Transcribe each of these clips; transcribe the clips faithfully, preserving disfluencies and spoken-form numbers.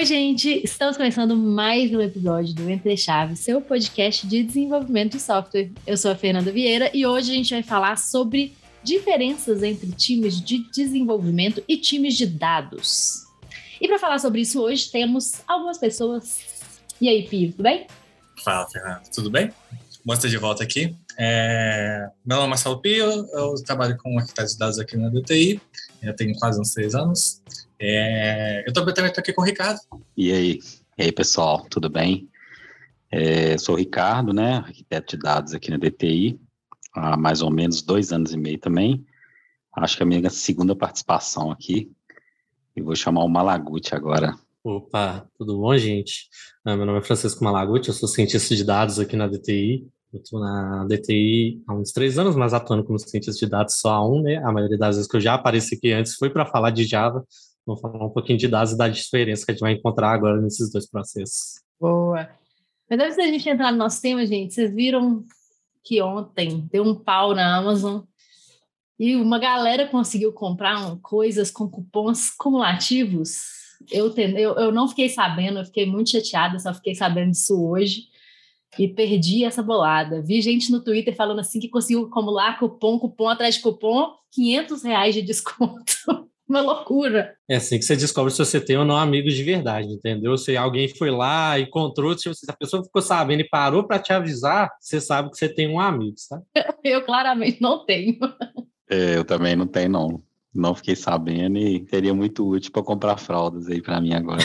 Oi, gente! Estamos começando mais um episódio do Entre Chaves, seu podcast de desenvolvimento de software. Eu sou a Fernanda Vieira e hoje a gente vai falar sobre diferenças entre times de desenvolvimento e times de dados. E para falar sobre isso hoje, temos algumas pessoas. E aí, Pio, tudo bem? Fala, Fernanda. Tudo bem? Bom estar de volta aqui. É... Meu nome é Marcelo Pio, eu trabalho com arquiteto de dados aqui na D T I, já tenho quase uns três anos. É... Eu também estou aqui com o Ricardo. E aí? E aí, pessoal, tudo bem? É, sou o Ricardo, né, arquiteto de dados aqui na D T I, há mais ou menos dois anos e meio também. Acho que é a minha segunda participação aqui. E vou chamar o Malaguti agora. Opa, tudo bom, gente? Meu nome é Francisco Malaguti, eu sou cientista de dados aqui na D T I. Eu estou na D T I há uns três anos, mas atuando como cientista de dados só há um, né? A maioria das vezes que eu já apareci aqui antes foi para falar de Java. Vamos falar um pouquinho de dados e da diferença que a gente vai encontrar agora nesses dois processos. Boa! Mas antes da gente entrar no nosso tema, gente, vocês viram que ontem deu um pau na Amazon e uma galera conseguiu comprar um, coisas com cupons cumulativos. Eu, eu, eu não fiquei sabendo, eu fiquei muito chateada, só fiquei sabendo disso hoje e perdi essa bolada. Vi gente no Twitter falando assim que conseguiu acumular cupom, cupom atrás de cupom, quinhentos reais de desconto. Uma loucura. É assim que você descobre se você tem ou não amigos de verdade, entendeu? Se alguém foi lá e encontrou, se a pessoa ficou sabendo e parou para te avisar, você sabe que você tem um amigo, sabe? Eu claramente não tenho. É, eu também não tenho, não. Não fiquei sabendo e seria muito útil para comprar fraldas aí para mim agora.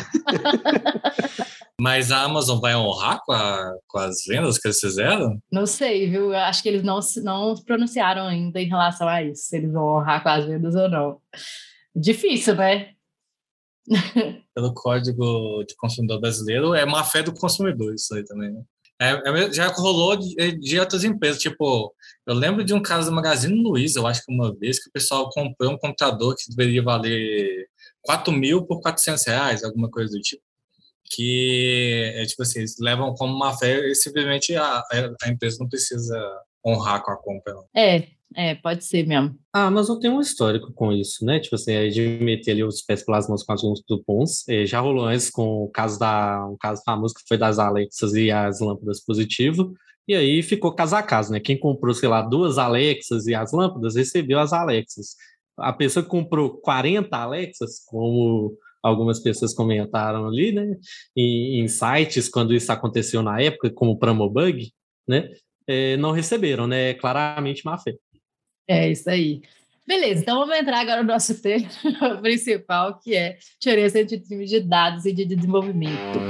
Mas a Amazon vai honrar com, a, com as vendas que eles fizeram? Não sei, viu? Eu acho que eles não, não pronunciaram ainda em relação a isso, se eles vão honrar com as vendas ou não. Difícil, né? Pelo Código de Consumidor Brasileiro, é má fé do consumidor isso aí também, né? É, é, já rolou de, de outras empresas, tipo, eu lembro de um caso do Magazine Luiza, eu acho que uma vez que o pessoal comprou um computador que deveria valer quatro mil por quatrocentos reais, alguma coisa do tipo. Que é tipo assim, eles levam como uma fé e simplesmente a, a empresa não precisa honrar com a compra. Não. É, é, pode ser mesmo. A Amazon tem um histórico com isso, né? Tipo assim, de meter ali os pés pelas mãos com alguns cupons. É, já rolou antes com o caso da, um caso famoso que foi das Alexas e as lâmpadas positivo. E aí ficou caso a caso, né? Quem comprou, sei lá, duas Alexas e as lâmpadas recebeu as Alexas. A pessoa que comprou quarenta Alexas, como algumas pessoas comentaram ali, né, em, em sites, quando isso aconteceu na época, como o Promobug, né, é, não receberam, né, claramente má fé. É isso aí. Beleza, então vamos entrar agora no nosso tema principal, que é a diferença entre times de dados e de desenvolvimento.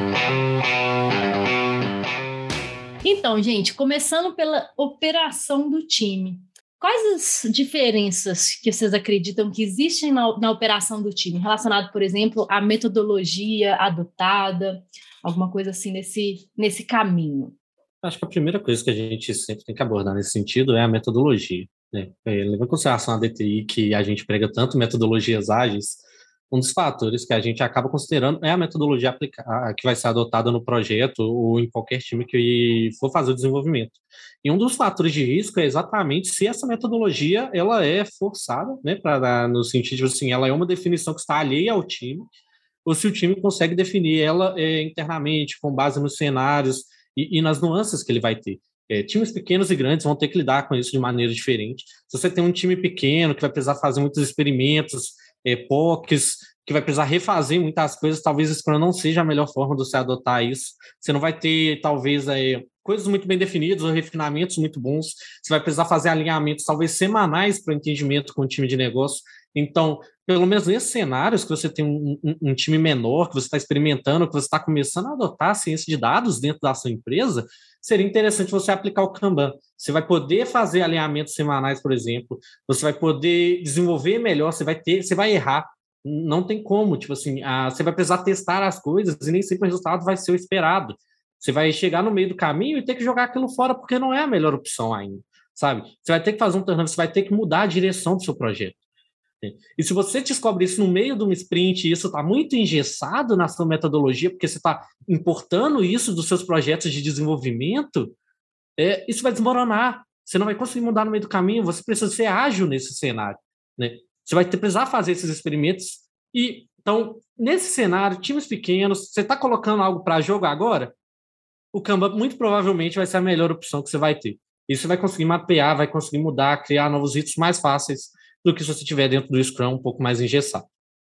Então, gente, começando pela operação do time. Quais as diferenças que vocês acreditam que existem na, na operação do time, relacionado, por exemplo, à metodologia adotada, alguma coisa assim nesse, nesse caminho? Acho que a primeira coisa que a gente sempre tem que abordar nesse sentido é a metodologia, né? É, levando em consideração a D T I, que a gente prega tanto metodologias ágeis, um dos fatores que a gente acaba considerando é a metodologia aplicada, que vai ser adotada no projeto ou em qualquer time que for fazer o desenvolvimento. E um dos fatores de risco é exatamente se essa metodologia ela é forçada, né, pra, no sentido de assim, ela é uma definição que está alheia ao time, ou se o time consegue definir ela é, internamente, com base nos cenários e, e nas nuances que ele vai ter. É, times pequenos e grandes vão ter que lidar com isso de maneira diferente. Se você tem um time pequeno que vai precisar fazer muitos experimentos, é, P O Cs, que vai precisar refazer muitas coisas, talvez a Scrum não seja a melhor forma de você adotar isso. Você não vai ter, talvez, é, coisas muito bem definidas ou refinamentos muito bons. Você vai precisar fazer alinhamentos, talvez, semanais para o entendimento com o time de negócio. Então, pelo menos nesses cenários que você tem um, um, um time menor, que você está experimentando, que você está começando a adotar a ciência de dados dentro da sua empresa, seria interessante você aplicar o Kanban. Você vai poder fazer alinhamentos semanais, por exemplo, você vai poder desenvolver melhor, você vai ter, você vai errar. Não tem como, tipo assim, a, você vai precisar testar as coisas e nem sempre o resultado vai ser o esperado. Você vai chegar no meio do caminho e ter que jogar aquilo fora porque não é a melhor opção ainda, sabe? Você vai ter que fazer um turnover, você vai ter que mudar a direção do seu projeto. E se você descobre isso no meio de uma sprint e isso está muito engessado na sua metodologia, porque você está importando isso dos seus projetos de desenvolvimento, é, isso vai desmoronar. Você não vai conseguir mudar no meio do caminho, você precisa ser ágil nesse cenário, né? Você vai ter, precisar fazer esses experimentos e Então, nesse cenário, times pequenos, você está colocando algo para jogo agora, o Kanban muito provavelmente vai ser a melhor opção que você vai ter. E você vai conseguir mapear, vai conseguir mudar, criar novos ritos mais fáceis do que se você estiver dentro do Scrum um pouco mais engessado.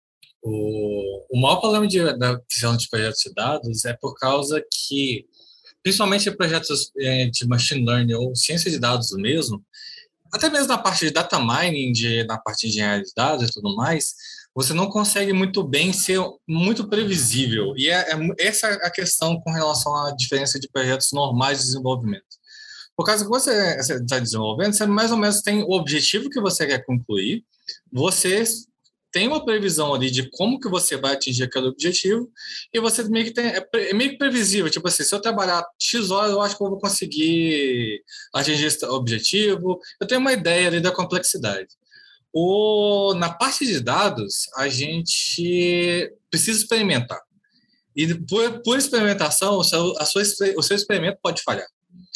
O, o maior problema de, da questão de projetos de dados é por causa que, principalmente projetos de machine learning ou ciência de dados mesmo, até mesmo na parte de data mining, de, na parte de engenharia de dados e tudo mais, você não consegue muito bem ser muito previsível. E é, é essa é a questão com relação à diferença de projetos normais de desenvolvimento. Por causa que você está desenvolvendo, você mais ou menos tem o objetivo que você quer concluir, você tem uma previsão ali de como que você vai atingir aquele objetivo, e você meio que tem, é, é meio que previsível, tipo assim, se eu trabalhar X horas, eu acho que eu vou conseguir atingir esse objetivo, eu tenho uma ideia ali da complexidade. O, na parte de dados, a gente precisa experimentar. E por, por experimentação, o seu, a sua, o seu experimento pode falhar.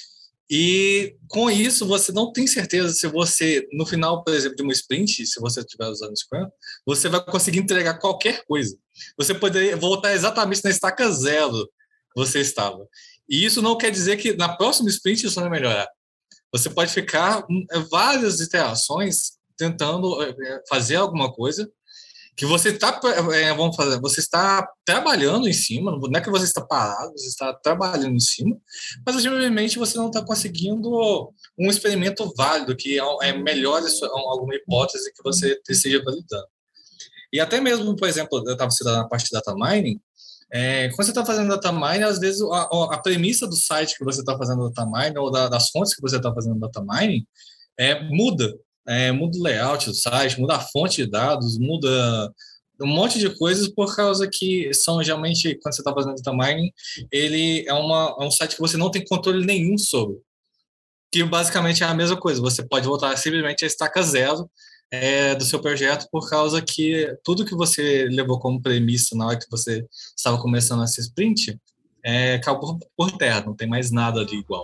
E com isso, você não tem certeza se você, no final, por exemplo, de uma sprint, se você estiver usando o Scrum, você vai conseguir entregar qualquer coisa. Você poderia voltar exatamente na estaca zero que você estava. E isso não quer dizer que na próxima sprint isso vai melhorar. Você pode ficar várias iterações tentando fazer alguma coisa que você está, é, vamos fazer, você está trabalhando em cima, não é que você está parado, você está trabalhando em cima, mas simplesmente você não está conseguindo um experimento válido, que é melhor alguma hipótese que você esteja validando. E até mesmo, por exemplo, eu estava citando na parte de data mining, é, quando você está fazendo data mining, às vezes a, a premissa do site que você está fazendo data mining, ou da, das fontes que você está fazendo data mining, é, muda. É, muda o layout do site, muda a fonte de dados, muda um monte de coisas, por causa que são geralmente, quando você está fazendo data mining, ele é, uma, é um site que você não tem controle nenhum sobre. Que basicamente é a mesma coisa, você pode voltar simplesmente a estaca zero é, do seu projeto, por causa que tudo que você levou como premissa na hora que você estava começando essa sprint é, acabou por terra, não tem mais nada ali igual.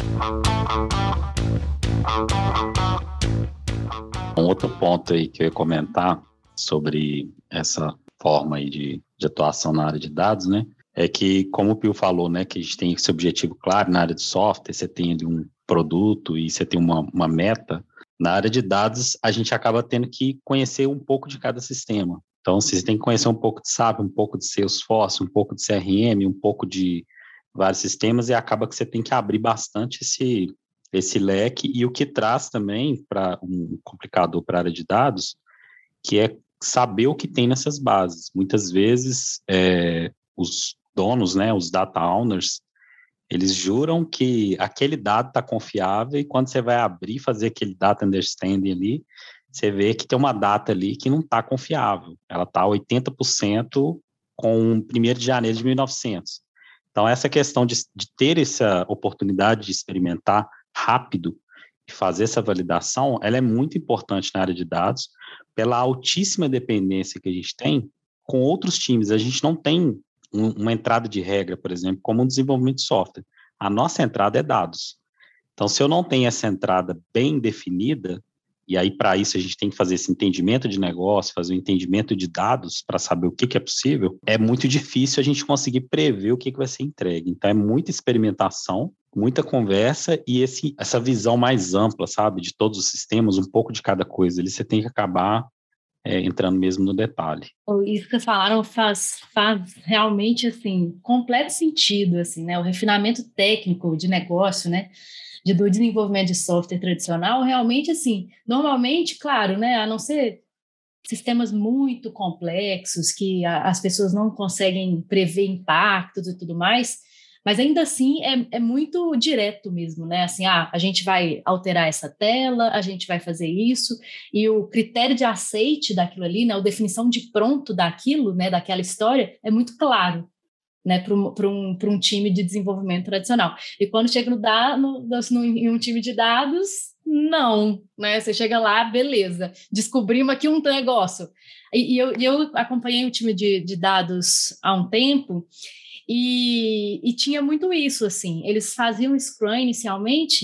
Um outro ponto aí que eu ia comentar sobre essa forma aí de, de atuação na área de dados, né, é que, como o Pio falou, né, que a gente tem esse objetivo claro na área de software, você tem ali um produto e você tem uma, uma meta. Na área de dados, a gente acaba tendo que conhecer um pouco de cada sistema. Então, você tem que conhecer um pouco de S A P, um pouco de Salesforce, um pouco de C R M, um pouco de vários sistemas, e acaba que você tem que abrir bastante esse... esse leque, e o que traz também para um complicador para a área de dados, que é saber o que tem nessas bases. Muitas vezes, é, os donos, né, os data owners, eles juram que aquele dado está confiável, e quando você vai abrir, fazer aquele data understanding ali, você vê que tem uma data ali que não está confiável. Ela está oitenta por cento com primeiro de janeiro de mil e novecentos. Então, essa questão de, de ter essa oportunidade de experimentar rápido e fazer essa validação, ela é muito importante na área de dados, pela altíssima dependência que a gente tem com outros times. A gente não tem um, uma entrada de regra, por exemplo, como um desenvolvimento de software. A nossa entrada é dados. Então, se eu não tenho essa entrada bem definida, e aí para isso a gente tem que fazer esse entendimento de negócio, fazer um entendimento de dados para saber o que, que é possível, é muito difícil a gente conseguir prever o que, que vai ser entregue. Então, é muita experimentação, muita conversa e esse, essa visão mais ampla, sabe, de todos os sistemas, um pouco de cada coisa. Ali você tem que acabar é, entrando mesmo no detalhe. Isso que vocês falaram faz, faz realmente, assim, completo sentido, assim, né? O refinamento técnico de negócio, né? De, do desenvolvimento de software tradicional, realmente, assim, normalmente, claro, né? A não ser sistemas muito complexos que a, as pessoas não conseguem prever impactos e tudo mais, mas ainda assim é, é muito direto mesmo, né? Assim, ah, a gente vai alterar essa tela, a gente vai fazer isso, e o critério de aceite daquilo ali, né? A definição de pronto daquilo, né? Daquela história, é muito claro, né? Para um, um, um time de desenvolvimento tradicional. E quando chega no, no, no, em um time de dados, não, né? Você chega lá, beleza, descobrimos aqui um negócio. E, e eu, eu acompanhei o time de, de dados há um tempo, E, e tinha muito isso, assim, eles faziam Scrum inicialmente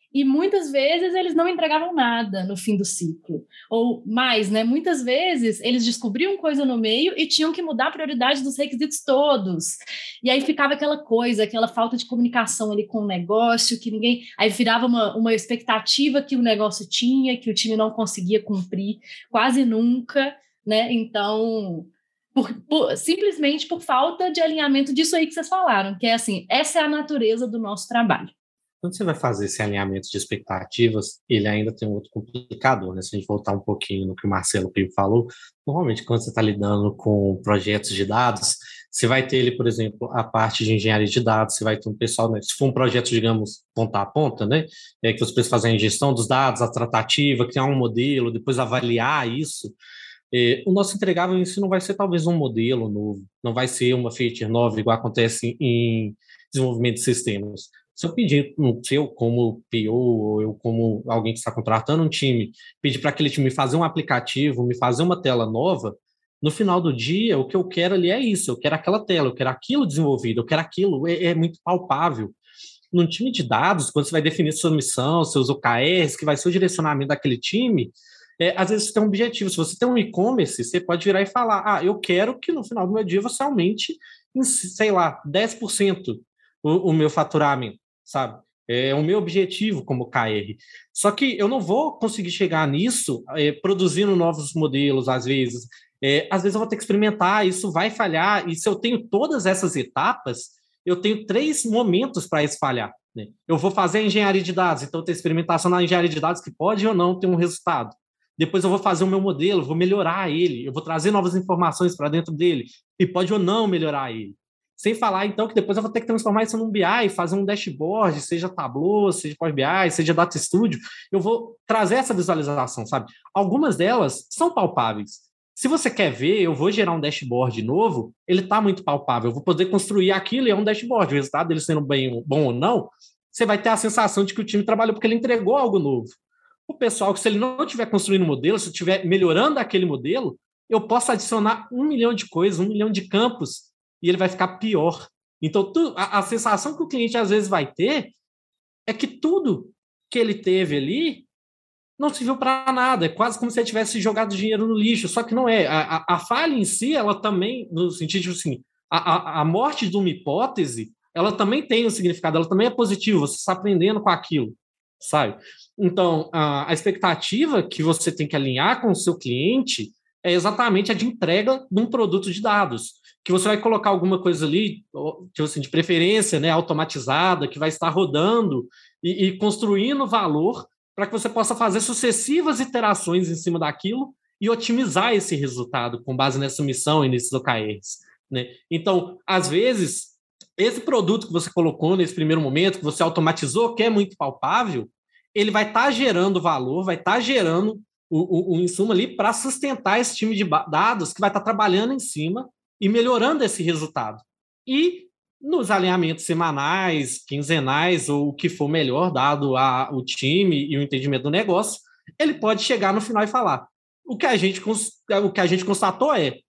E muitas vezes eles não entregavam nada no fim do ciclo. Ou mais, né? Muitas vezes eles descobriam coisa no meio e tinham que mudar a prioridade dos requisitos todos. E aí ficava aquela coisa, aquela falta de comunicação ali com o negócio, que ninguém... Aí virava uma, uma expectativa que o negócio tinha, que o time não conseguia cumprir quase nunca, né? Então... Por, por, simplesmente por falta de alinhamento disso aí que vocês falaram, que é assim, essa é a natureza do nosso trabalho. Quando você vai fazer esse alinhamento de expectativas, ele ainda tem um outro complicador, né? Se a gente voltar um pouquinho no que o Marcelo Pio falou, normalmente quando você está lidando com projetos de dados, você vai ter ali, por exemplo, a parte de engenharia de dados, você vai ter um pessoal, né? Se for um projeto, digamos, ponta a ponta, né? É que você precisa fazer a ingestão dos dados, a tratativa, criar um modelo, depois avaliar isso. É, o nosso entregável em si não vai ser talvez um modelo novo, não vai ser uma feature nova, igual acontece em desenvolvimento de sistemas. Se eu pedir, se eu como P O, ou eu como alguém que está contratando um time, pedir para aquele time me fazer um aplicativo, me fazer uma tela nova, no final do dia, o que eu quero ali é isso, eu quero aquela tela, eu quero aquilo desenvolvido, eu quero aquilo, é, é muito palpável. Num time de dados, quando você vai definir sua missão, seus O K Rs, que vai ser o direcionamento daquele time, é, às vezes você tem um objetivo. Se você tem um e-commerce, você pode virar e falar, ah, eu quero que no final do meu dia você aumente em, sei lá, dez por cento o, o meu faturamento, sabe? É o meu objetivo como K R. Só que eu não vou conseguir chegar nisso é, produzindo novos modelos, às vezes. É, às vezes eu vou ter que experimentar, isso vai falhar, e se eu tenho todas essas etapas, eu tenho três momentos para isso falhar. Né? Eu vou fazer a engenharia de dados, então tem experimentação na engenharia de dados que pode ou não ter um resultado. Depois eu vou fazer o meu modelo, vou melhorar ele, eu vou trazer novas informações para dentro dele, e pode ou não melhorar ele. Sem falar, então, que depois eu vou ter que transformar isso num B I, fazer um dashboard, seja Tableau, seja Power B I, seja Data Studio. Eu vou trazer essa visualização, sabe? Algumas delas são palpáveis. Se você quer ver, eu vou gerar um dashboard novo, ele está muito palpável. Eu vou poder construir aquilo e é um dashboard. O resultado dele sendo bem, bom ou não, você vai ter a sensação de que o time trabalhou porque ele entregou algo novo. O pessoal, que se ele não estiver construindo um modelo, se estiver melhorando aquele modelo, eu posso adicionar um milhão de coisas, um milhão de campos, e ele vai ficar pior. Então, tu, a, a sensação que o cliente às vezes vai ter é que tudo que ele teve ali não serviu para nada. É quase como se ele tivesse jogado dinheiro no lixo, só que não é. A, a, a falha em si, ela também, no sentido de assim, a, a, a morte de uma hipótese, ela também tem um significado, ela também é positiva, você está aprendendo com aquilo, sabe? Então, a, a expectativa que você tem que alinhar com o seu cliente é exatamente a de entrega de um produto de dados, que você vai colocar alguma coisa ali, tipo assim, de preferência, né, automatizada, que vai estar rodando e, e construindo valor para que você possa fazer sucessivas iterações em cima daquilo e otimizar esse resultado com base nessa missão e nesses O K Rs. Né? Então, às vezes, esse produto que você colocou nesse primeiro momento, que você automatizou, que é muito palpável, ele vai estar tá gerando valor, vai estar tá gerando o, o, o insumo ali para sustentar esse time de dados que vai estar tá trabalhando em cima e melhorando esse resultado. E nos alinhamentos semanais, quinzenais, ou o que for melhor, dado a, o time e o entendimento do negócio, ele pode chegar no final e falar: o que a gente, o que a gente constatou é,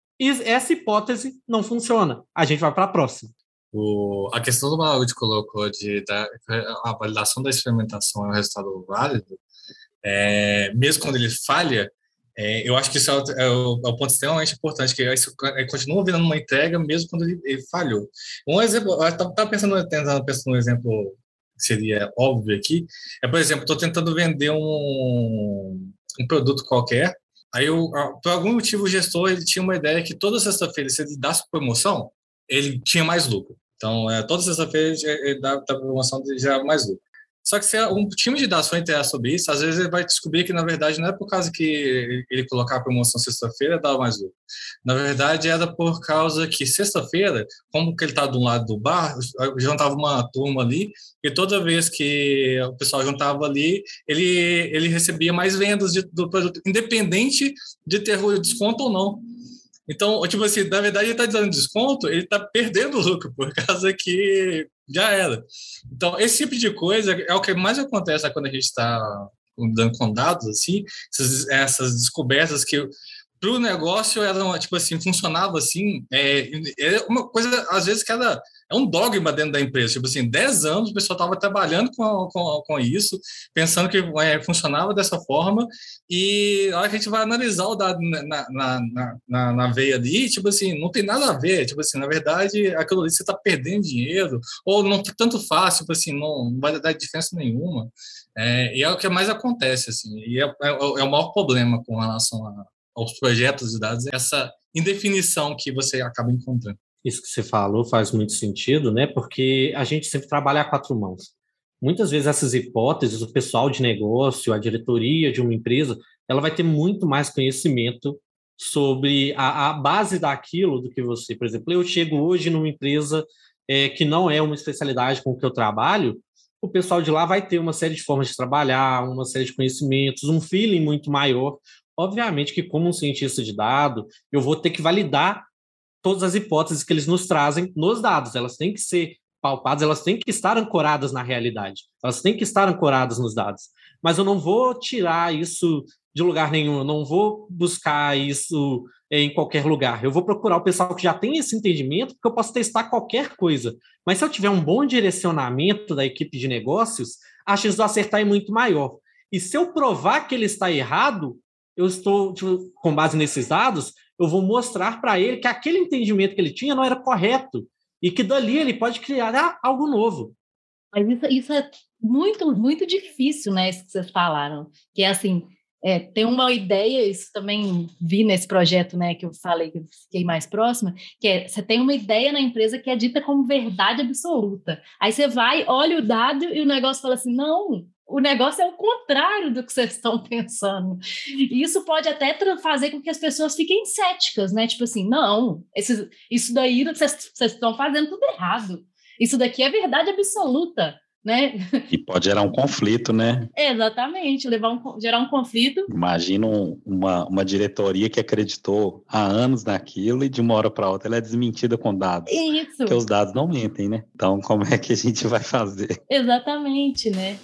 essa hipótese não funciona, a gente vai para a próxima. O, a questão do Malaud colocou de da, a validação da experimentação é um resultado válido, é, mesmo quando ele falha, é, eu acho que isso é o, é, o, é o ponto extremamente importante, que isso continua virando uma entrega mesmo quando ele, ele falhou. Um exemplo, eu estava pensando, tentando pensar num exemplo que seria óbvio aqui, é, por exemplo, estou tentando vender um, um produto qualquer, aí eu, por algum motivo o gestor ele tinha uma ideia que toda sexta-feira, se ele desse promoção, ele tinha mais lucro. Então, é, toda sexta-feira ele dá a promoção de gerar mais lucro. Só que se um time de dados for interar sobre isso, às vezes ele vai descobrir que, na verdade, não é por causa que ele colocar a promoção sexta-feira dava mais lucro. Na verdade, era por causa que sexta-feira, como que ele está do lado do bar, juntava uma turma ali, e toda vez que o pessoal juntava ali, ele, ele recebia mais vendas de, do produto, independente de ter o desconto ou não. Então, tipo assim, na verdade, ele está dando desconto, ele está perdendo lucro, por causa que já era. Então, esse tipo de coisa é o que mais acontece quando a gente está dando com dados, assim, essas, essas descobertas que para o negócio eram, tipo assim, funcionava assim, é, é uma coisa, às vezes, que era é um dogma dentro da empresa. Tipo assim, dez anos o pessoal estava trabalhando com, com, com isso, pensando que é, funcionava dessa forma, e a hora que a gente vai analisar o dado na, na, na, na, na veia ali, tipo assim, não tem nada a ver. Tipo assim, na verdade, aquilo ali você está perdendo dinheiro, ou não tanto faz, tipo assim, não, não vai dar diferença nenhuma. É, e é o que mais acontece, assim, e é, é, é o maior problema com relação a, aos projetos de dados, essa indefinição que você acaba encontrando. Isso que você falou faz muito sentido, né? Porque a gente sempre trabalha a quatro mãos. Muitas vezes essas hipóteses, o pessoal de negócio, a diretoria de uma empresa, ela vai ter muito mais conhecimento sobre a, a base daquilo do que você. Por exemplo, eu chego hoje numa empresa é, que não é uma especialidade com que eu trabalho, o pessoal de lá vai ter uma série de formas de trabalhar, uma série de conhecimentos, um feeling muito maior. Obviamente que, como um cientista de dados, eu vou ter que validar todas as hipóteses que eles nos trazem nos dados. Elas têm que ser palpadas, elas têm que estar ancoradas na realidade, elas têm que estar ancoradas nos dados. Mas eu não vou tirar isso de lugar nenhum, eu não vou buscar isso em qualquer lugar. Eu vou procurar o pessoal que já tem esse entendimento, porque eu posso testar qualquer coisa. Mas se eu tiver um bom direcionamento da equipe de negócios, a chance de eu acertar é muito maior. E se eu provar que ele está errado, eu estou, tipo, com base nesses dados, eu vou mostrar para ele que aquele entendimento que ele tinha não era correto e que dali ele pode criar algo novo. Mas isso, isso é muito, muito difícil, né, isso que vocês falaram, que é assim, é, tem uma ideia, isso também vi nesse projeto, né, que eu falei, que eu fiquei mais próxima, que é, você tem uma ideia na empresa que é dita como verdade absoluta, aí você vai, olha o dado e o negócio fala assim, não, o negócio é o contrário do que vocês estão pensando. E isso pode até fazer com que as pessoas fiquem céticas, né? Tipo assim, não, esse, isso daí que vocês, vocês estão fazendo tudo errado. Isso daqui é verdade absoluta, né? E pode gerar um conflito, né? Exatamente, levar um, gerar um conflito. Imagina uma, uma diretoria que acreditou há anos naquilo e de uma hora para outra ela é desmentida com dados. Isso. Porque os dados não mentem, né? Então, como é que a gente vai fazer? Exatamente, né?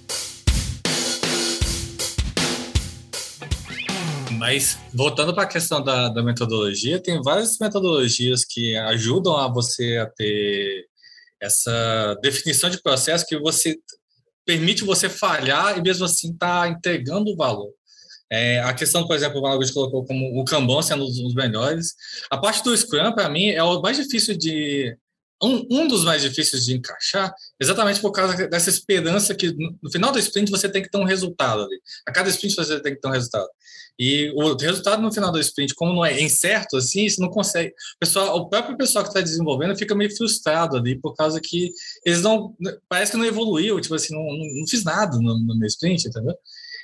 Mas, voltando para a questão da, da metodologia, tem várias metodologias que ajudam a você a ter essa definição de processo que você permite você falhar e, mesmo assim, tá entregando o valor. É, a questão, por exemplo, o Malaguti colocou como o Kanban sendo um dos melhores. A parte do Scrum, para mim, é o mais difícil de... Um, um dos mais difíceis de encaixar, exatamente por causa dessa esperança que, no final do sprint, você tem que ter um resultado ali. A cada sprint, você tem que ter um resultado. E o resultado no final do sprint, como não é incerto, assim, você não consegue. O, pessoal, o próprio pessoal que está desenvolvendo fica meio frustrado ali, por causa que eles não. Parece que não evoluiu, tipo assim, não, não, não fiz nada no, no meu sprint, entendeu?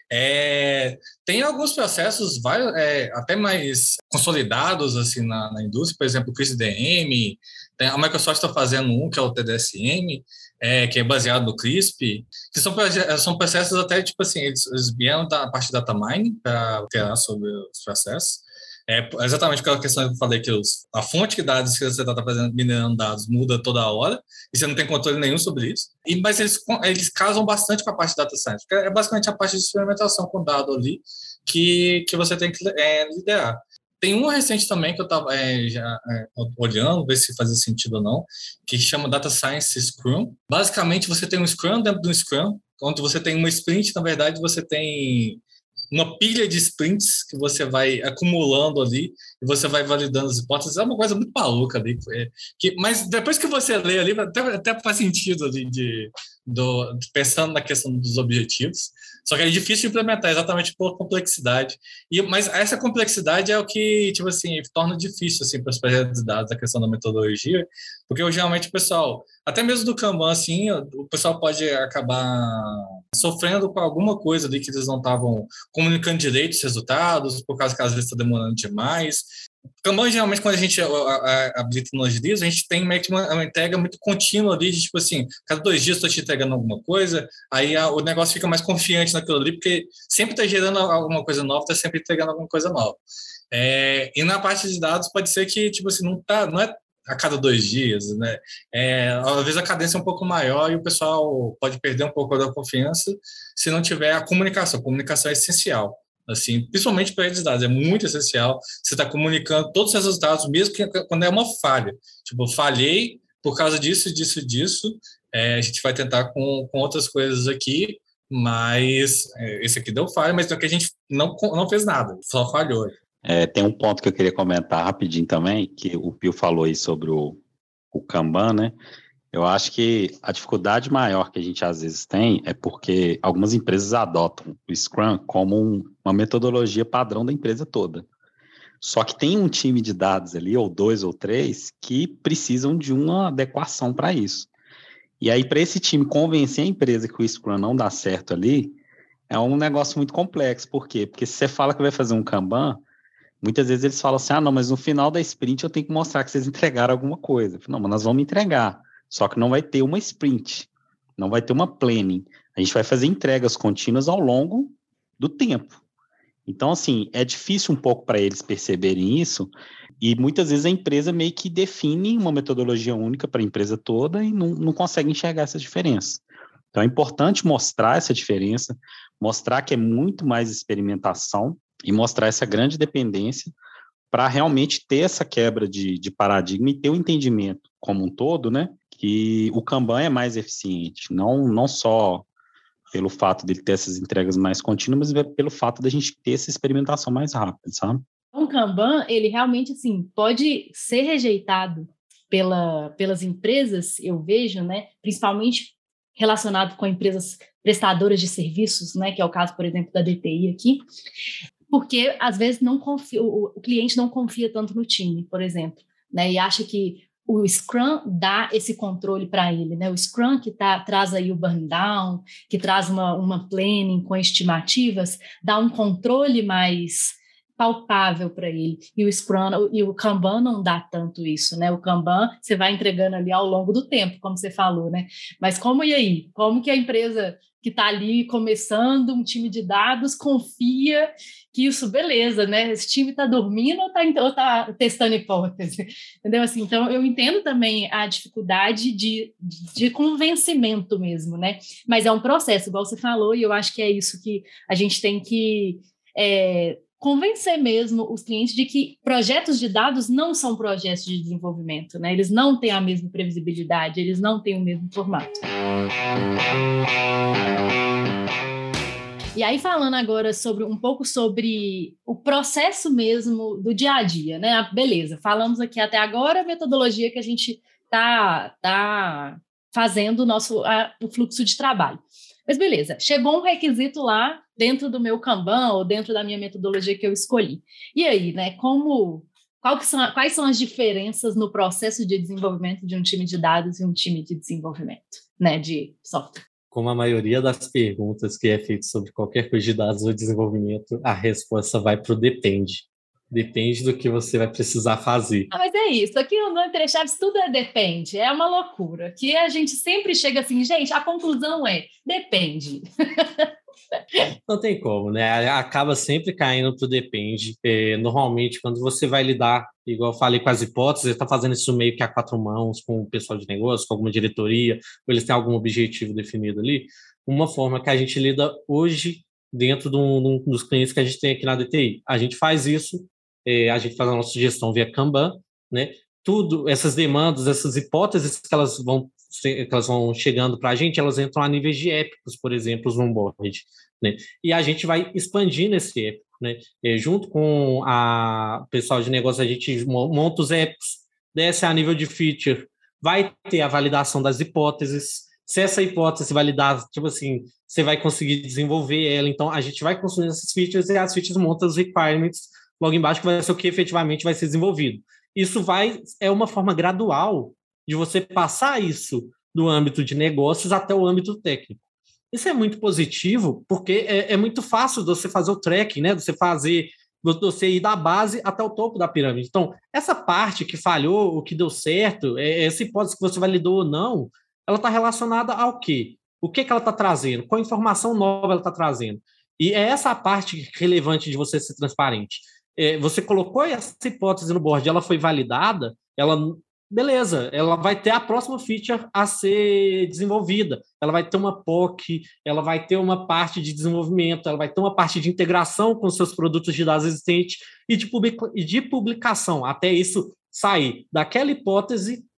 É, tem alguns processos vários, é, até mais consolidados assim, na, na indústria, por exemplo, o C R I S D M, tem, a Microsoft está fazendo um que é o T D S M, é, que é baseado no C R I S P, que são, são processos até, tipo assim, eles, eles vieram da parte de data mining para criar sobre os processos. É exatamente aquela questão que eu falei, que os, a fonte de dados que você está fazendo, minerando dados, muda toda hora, e você não tem controle nenhum sobre isso. E, mas eles, eles casam bastante com a parte de data science, porque é basicamente a parte de experimentação com dado ali que, que você tem que é, liderar. Tem um recente também que eu estava é, já é, olhando, ver se fazia sentido ou não, que chama Data Science Scrum. Basicamente, você tem um Scrum dentro do Scrum, onde você tem uma sprint, na verdade, você tem uma pilha de sprints que você vai acumulando ali e você vai validando as hipóteses. É uma coisa muito maluca ali. Que, mas depois que você lê ali, até, até faz sentido ali, de, do, pensando na questão dos objetivos. Só que é difícil de implementar, exatamente por complexidade. E, mas essa complexidade é o que, tipo assim, torna difícil assim, para os projetos de dados, a questão da metodologia, porque eu, geralmente o pessoal, até mesmo do Kanban, assim, o pessoal pode acabar sofrendo com alguma coisa ali que eles não estavam comunicando direito os resultados, por causa que às vezes está demorando demais. Kanban, geralmente, quando a gente habilita nos dias, a gente tem meio que uma, uma entrega muito contínua ali, de tipo assim, cada dois dias estou te entregando alguma coisa, aí a, o negócio fica mais confiante naquilo ali, porque sempre está gerando alguma coisa nova, está sempre entregando alguma coisa nova. É, e na parte de dados, pode ser que, tipo assim, não, tá, não é a cada dois dias, né? É, às vezes a cadência é um pouco maior e o pessoal pode perder um pouco da confiança se não tiver a comunicação. A comunicação é essencial. Assim, principalmente para redes de dados, é muito essencial você estar tá comunicando todos os resultados, mesmo que quando é uma falha. Tipo, falhei por causa disso, disso, disso, é, a gente vai tentar com, com outras coisas aqui, mas é, esse aqui deu falha, mas é que a gente não, não fez nada, só falhou. É, tem um ponto que eu queria comentar rapidinho também, que o Pio falou aí sobre o, o Kanban, né? Eu acho que a dificuldade maior que a gente às vezes tem é porque algumas empresas adotam o Scrum como um, uma metodologia padrão da empresa toda. Só que tem um time de dados ali, ou dois ou três, que precisam de uma adequação para isso. E aí, para esse time convencer a empresa que o Scrum não dá certo ali, é um negócio muito complexo. Por quê? Porque se você fala que vai fazer um Kanban, muitas vezes eles falam assim, ah, não, mas no final da sprint eu tenho que mostrar que vocês entregaram alguma coisa. Não, mas nós vamos entregar. Só que não vai ter uma sprint, não vai ter uma planning. A gente vai fazer entregas contínuas ao longo do tempo. Então, assim, é difícil um pouco para eles perceberem isso, e muitas vezes a empresa meio que define uma metodologia única para a empresa toda e não, não consegue enxergar essa diferença. Então, é importante mostrar essa diferença, mostrar que é muito mais experimentação e mostrar essa grande dependência para realmente ter essa quebra de, de paradigma e ter o entendimento como um todo, né? Que o Kanban é mais eficiente, não, não só pelo fato de ele ter essas entregas mais contínuas, mas pelo fato da gente ter essa experimentação mais rápida, sabe? O Kanban, ele realmente, assim, pode ser rejeitado pela, pelas empresas, eu vejo, né? Principalmente relacionado com empresas prestadoras de serviços, né? Que é o caso, por exemplo, da D T I aqui, porque, às vezes, não confia, o, o cliente não confia tanto no time, por exemplo, né? E acha que o Scrum dá esse controle para ele, né? O Scrum que tá, traz aí o burn down, que traz uma, uma planning com estimativas, dá um controle mais palpável para ele. E o Scrum e o Kanban não dá tanto isso, né? O Kanban você vai entregando ali ao longo do tempo, como você falou, né? Mas como e aí? Como que a empresa que está ali começando um time de dados confia que isso, beleza, né? Esse time está dormindo ou está tá testando hipótese? Entendeu? Assim, então, eu entendo também a dificuldade de, de convencimento mesmo, né? Mas é um processo, igual você falou, e eu acho que é isso que a gente tem que é, convencer mesmo os clientes de que projetos de dados não são projetos de desenvolvimento, né? Eles não têm a mesma previsibilidade, eles não têm o mesmo formato. E aí, falando agora sobre um pouco sobre o processo mesmo do dia a dia, né? Beleza, falamos aqui até agora a metodologia que a gente está tá fazendo o nosso a, o fluxo de trabalho. Mas beleza, chegou um requisito lá dentro do meu Kanban ou dentro da minha metodologia que eu escolhi. E aí, né? Como, qual que são, quais são as diferenças no processo de desenvolvimento de um time de dados e um time de desenvolvimento, né? De software? Como a maioria das perguntas que é feita sobre qualquer coisa de dados ou desenvolvimento, a resposta vai para o depende. Depende do que você vai precisar fazer. Ah, mas é isso. Aqui no Entrechaves tudo é depende. É uma loucura. Que a gente sempre chega assim, gente, a conclusão é depende. Não tem como, né? Acaba sempre caindo pro depende. É, normalmente, quando você vai lidar, igual eu falei com as hipóteses, você está fazendo isso meio que a quatro mãos, com o pessoal de negócio, com alguma diretoria, ou eles têm algum objetivo definido ali. Uma forma que a gente lida hoje dentro de um, de um dos clientes que a gente tem aqui na D T I. A gente faz isso, é, a gente faz a nossa gestão via Kanban, né? Tudo, essas demandas, essas hipóteses que elas vão que elas vão chegando para a gente, elas entram a níveis de épicos, por exemplo, os onboard, né? E a gente vai expandindo esse épico, né? E junto com a pessoal de negócio, a gente monta os épicos, desce a nível de feature, vai ter a validação das hipóteses. Se essa hipótese validar, tipo assim, você vai conseguir desenvolver ela. Então, a gente vai construindo essas features e as features montam os requirements logo embaixo, que vai ser o que efetivamente vai ser desenvolvido. Isso vai, é uma forma gradual de você passar isso do âmbito de negócios até o âmbito técnico. Isso é muito positivo, porque é, é muito fácil você fazer o tracking, né? Você fazer, você ir da base até o topo da pirâmide. Então, essa parte que falhou, o que deu certo, essa hipótese que você validou ou não, ela está relacionada ao quê? O que, que ela está trazendo? Qual informação nova ela está trazendo? E é essa a parte relevante de você ser transparente. É, você colocou essa hipótese no board, ela foi validada, ela... beleza, ela vai ter a próxima feature a ser desenvolvida, ela vai ter uma P O C, ela vai ter uma parte de desenvolvimento, ela vai ter uma parte de integração com seus produtos de dados existentes e de, publica- e de publicação, até isso sair daquela hipótese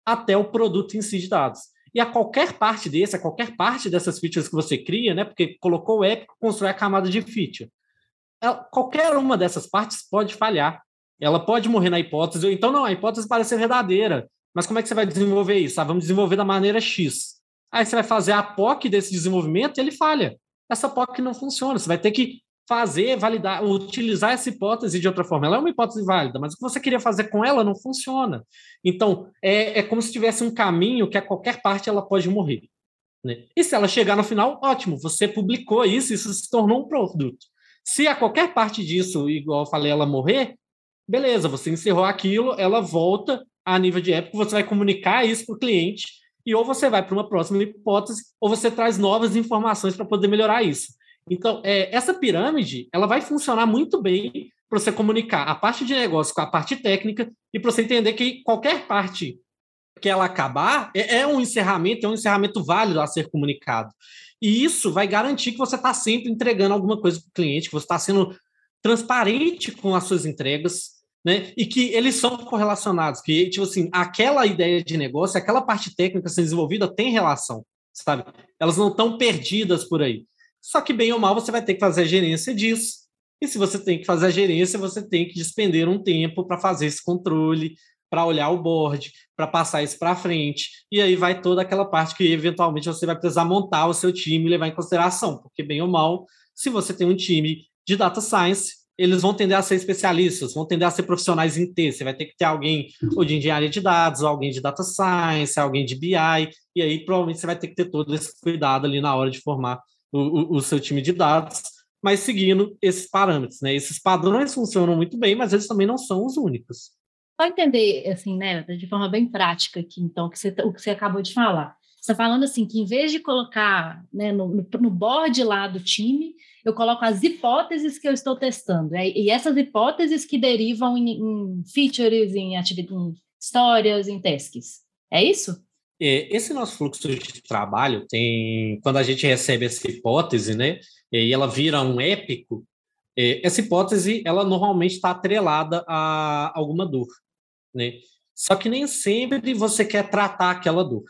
até o produto em si de dados. E a qualquer parte desse, a qualquer parte dessas features que você cria, né, porque colocou o épico, constrói a camada de feature. Ela, qualquer uma dessas partes pode falhar. Ela pode morrer na hipótese, ou então não, a hipótese parece ser verdadeira. Mas como é que você vai desenvolver isso? Ah, vamos desenvolver da maneira X. Aí você vai fazer a P O C desse desenvolvimento e ele falha. Essa P O C não funciona. Você vai ter que fazer, validar, utilizar essa hipótese de outra forma. Ela é uma hipótese válida, mas o que você queria fazer com ela não funciona. Então, é, é como se tivesse um caminho que a qualquer parte ela pode morrer. Né? E se ela chegar no final, ótimo, você publicou isso, isso se tornou um produto. Se a qualquer parte disso, igual eu falei, ela morrer, beleza, você encerrou aquilo, ela volta a nível de épico, você vai comunicar isso para o cliente, e ou você vai para uma próxima hipótese, ou você traz novas informações para poder melhorar isso. Então, é, essa pirâmide, ela vai funcionar muito bem para você comunicar a parte de negócio com a parte técnica e para você entender que qualquer parte que ela acabar é, é um encerramento, é um encerramento válido a ser comunicado. E isso vai garantir que você está sempre entregando alguma coisa para o cliente, que você está sendo transparente com as suas entregas, né? E que eles são correlacionados, que, tipo assim, aquela ideia de negócio, aquela parte técnica sendo desenvolvida tem relação, sabe? Elas não estão perdidas por aí. Só que, bem ou mal, você vai ter que fazer a gerência disso. E se você tem que fazer a gerência, você tem que despender um tempo para fazer esse controle, para olhar o board, para passar isso para frente. E aí vai toda aquela parte que, eventualmente, você vai precisar montar o seu time e levar em consideração. Porque, bem ou mal, se você tem um time de data science, eles vão tender a ser especialistas, vão tender a ser profissionais em T. Você vai ter que ter alguém ou de engenharia de dados, ou alguém de data science, alguém de B I, e aí provavelmente você vai ter que ter todo esse cuidado ali na hora de formar o, o, o seu time de dados, mas seguindo esses parâmetros, né? Esses padrões funcionam muito bem, mas eles também não são os únicos. Só entender, assim, né, de forma bem prática aqui, então, o que você, o que você acabou de falar. Você está falando assim, que em vez de colocar, né, no, no board lá do time, eu coloco as hipóteses que eu estou testando. É, e essas hipóteses que derivam em, em features, em, em histórias, em tasks. É isso? É, esse nosso fluxo de trabalho tem... Quando a gente recebe essa hipótese, né, e ela vira um épico, é, essa hipótese, ela normalmente está atrelada a alguma dor, né? Só que nem sempre você quer tratar aquela dor.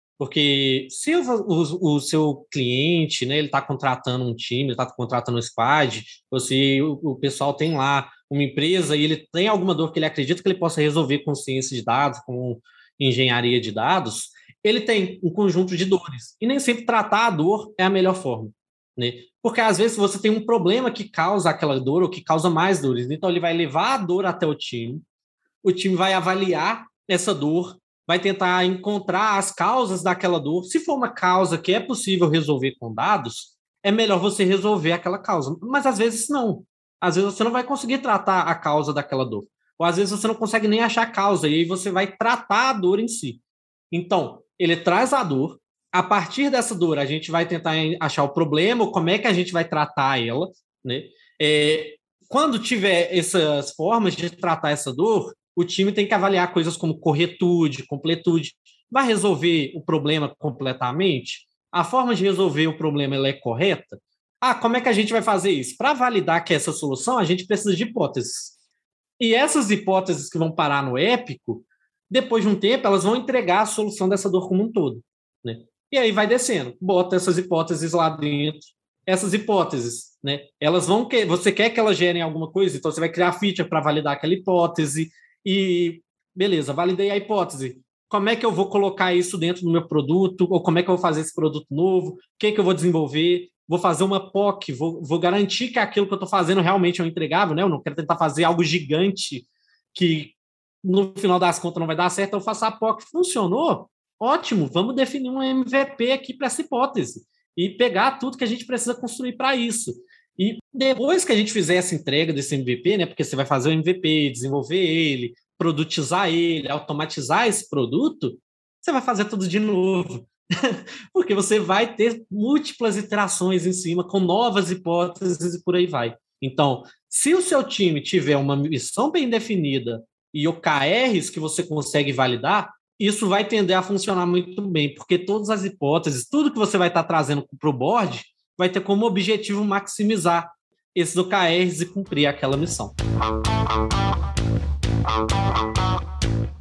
Porque se o, o, o seu cliente, né, ele está contratando um time, ele está contratando um squad, ou se o, o pessoal tem lá uma empresa e ele tem alguma dor que ele acredita que ele possa resolver com ciência de dados, com engenharia de dados, ele tem um conjunto de dores. E nem sempre tratar a dor é a melhor forma, né? Porque às vezes você tem um problema que causa aquela dor ou que causa mais dores. Então ele vai levar a dor até o time, o time vai avaliar essa dor, vai tentar encontrar as causas daquela dor. Se for uma causa que é possível resolver com dados, é melhor você resolver aquela causa. Mas às vezes não. Às vezes você não vai conseguir tratar a causa daquela dor. Ou às vezes você não consegue nem achar a causa, e aí você vai tratar a dor em si. Então, ele traz a dor. A partir dessa dor, a gente vai tentar achar o problema, como é que a gente vai tratar ela, né? É, quando tiver essas formas de tratar essa dor, o time tem que avaliar coisas como corretude, completude. Vai resolver o problema completamente? A forma de resolver o problema ela é correta? Ah, como é que a gente vai fazer isso? Para validar que essa solução, a gente precisa de hipóteses. E essas hipóteses que vão parar no épico, depois de um tempo, elas vão entregar a solução dessa dor como um todo, né? E aí vai descendo, bota essas hipóteses lá dentro. Essas hipóteses, né, elas vão que você quer que elas gerem alguma coisa, então você vai criar feature para validar aquela hipótese. E, beleza, validei a hipótese. Como é que eu vou colocar isso dentro do meu produto? Ou como é que eu vou fazer esse produto novo? O que é que eu vou desenvolver? Vou fazer uma P O C, vou, vou garantir que aquilo que eu estou fazendo realmente é um entregável, né? Eu não quero tentar fazer algo gigante que, no final das contas, não vai dar certo. Eu faço a P O C. Funcionou? Ótimo, vamos definir um M V P aqui para essa hipótese e pegar tudo que a gente precisa construir para isso. E depois que a gente fizer essa entrega desse M V P, né, porque você vai fazer o M V P, desenvolver ele, produtizar ele, automatizar esse produto, você vai fazer tudo de novo. Porque você vai ter múltiplas iterações em cima, com novas hipóteses e por aí vai. Então, se o seu time tiver uma missão bem definida e O K Rs que você consegue validar, isso vai tender a funcionar muito bem, porque todas as hipóteses, tudo que você vai estar trazendo para o board, vai ter como objetivo maximizar esses O K Rs e cumprir aquela missão.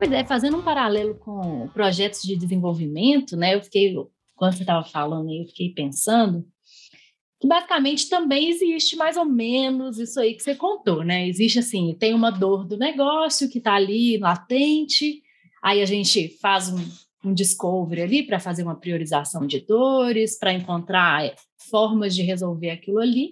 Pois é, fazendo um paralelo com projetos de desenvolvimento, né? Eu fiquei, quando você estava falando aí, eu fiquei pensando que basicamente também existe mais ou menos isso aí que você contou, né? Existe assim, tem uma dor do negócio que está ali latente, aí a gente faz um, um discovery ali para fazer uma priorização de dores, para encontrar formas de resolver aquilo ali.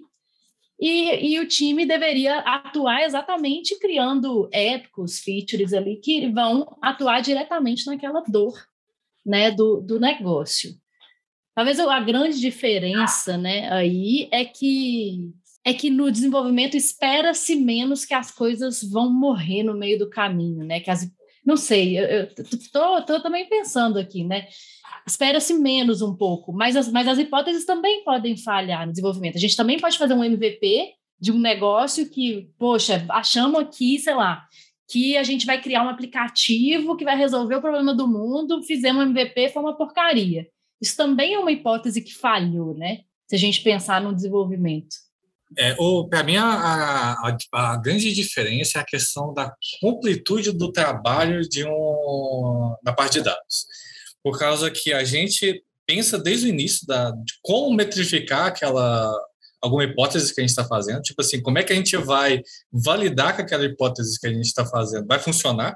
E, e o time deveria atuar exatamente criando épicos, features ali que vão atuar diretamente naquela dor, né, do, do negócio. Talvez a grande diferença, né, aí é que, é que no desenvolvimento espera-se menos que as coisas vão morrer no meio do caminho, né? Que as, não sei, eu estou também pensando aqui, né? Espera-se menos um pouco, mas as, mas as hipóteses também podem falhar no desenvolvimento. A gente também pode fazer um M V P de um negócio que, poxa, achamos aqui, sei lá, que a gente vai criar um aplicativo que vai resolver o problema do mundo, fizemos um M V P, foi uma porcaria. Isso também é uma hipótese que falhou, né? Se a gente pensar no desenvolvimento. É, para mim, a, a, a grande diferença é a questão da completude do trabalho de um, da parte de dados. Por causa que a gente pensa desde o início da, de como metrificar aquela, alguma hipótese que a gente está fazendo. Tipo assim, como é que a gente vai validar que aquela hipótese que a gente está fazendo vai funcionar.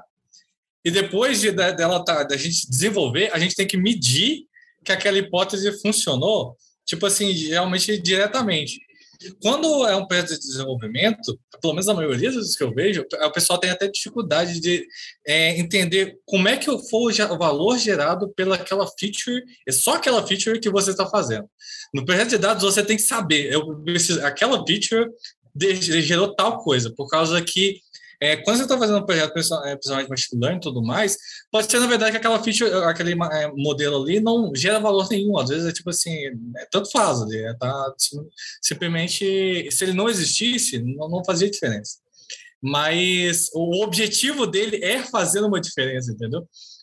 E depois de, de, dela tá, da gente desenvolver, a gente tem que medir que aquela hipótese funcionou, tipo assim, realmente diretamente. Quando é um projeto de desenvolvimento, pelo menos a maioria dos que eu vejo, o pessoal tem até dificuldade de é, entender como é que foi o valor gerado pelaquela feature, é só aquela feature que você está fazendo. No projeto de dados, você tem que saber, eu preciso, aquela feature de, gerou tal coisa, por causa que É, quando você está fazendo um projeto, principalmente machine learning e tudo mais, pode ser, na verdade, que aquela feature, aquele é, modelo ali não gera valor nenhum. Às vezes é tipo assim, é, tanto faz ali. É, tá, simplesmente, se ele não existisse, não, não fazia diferença. Mas o objetivo dele é fazer uma diferença, entendeu?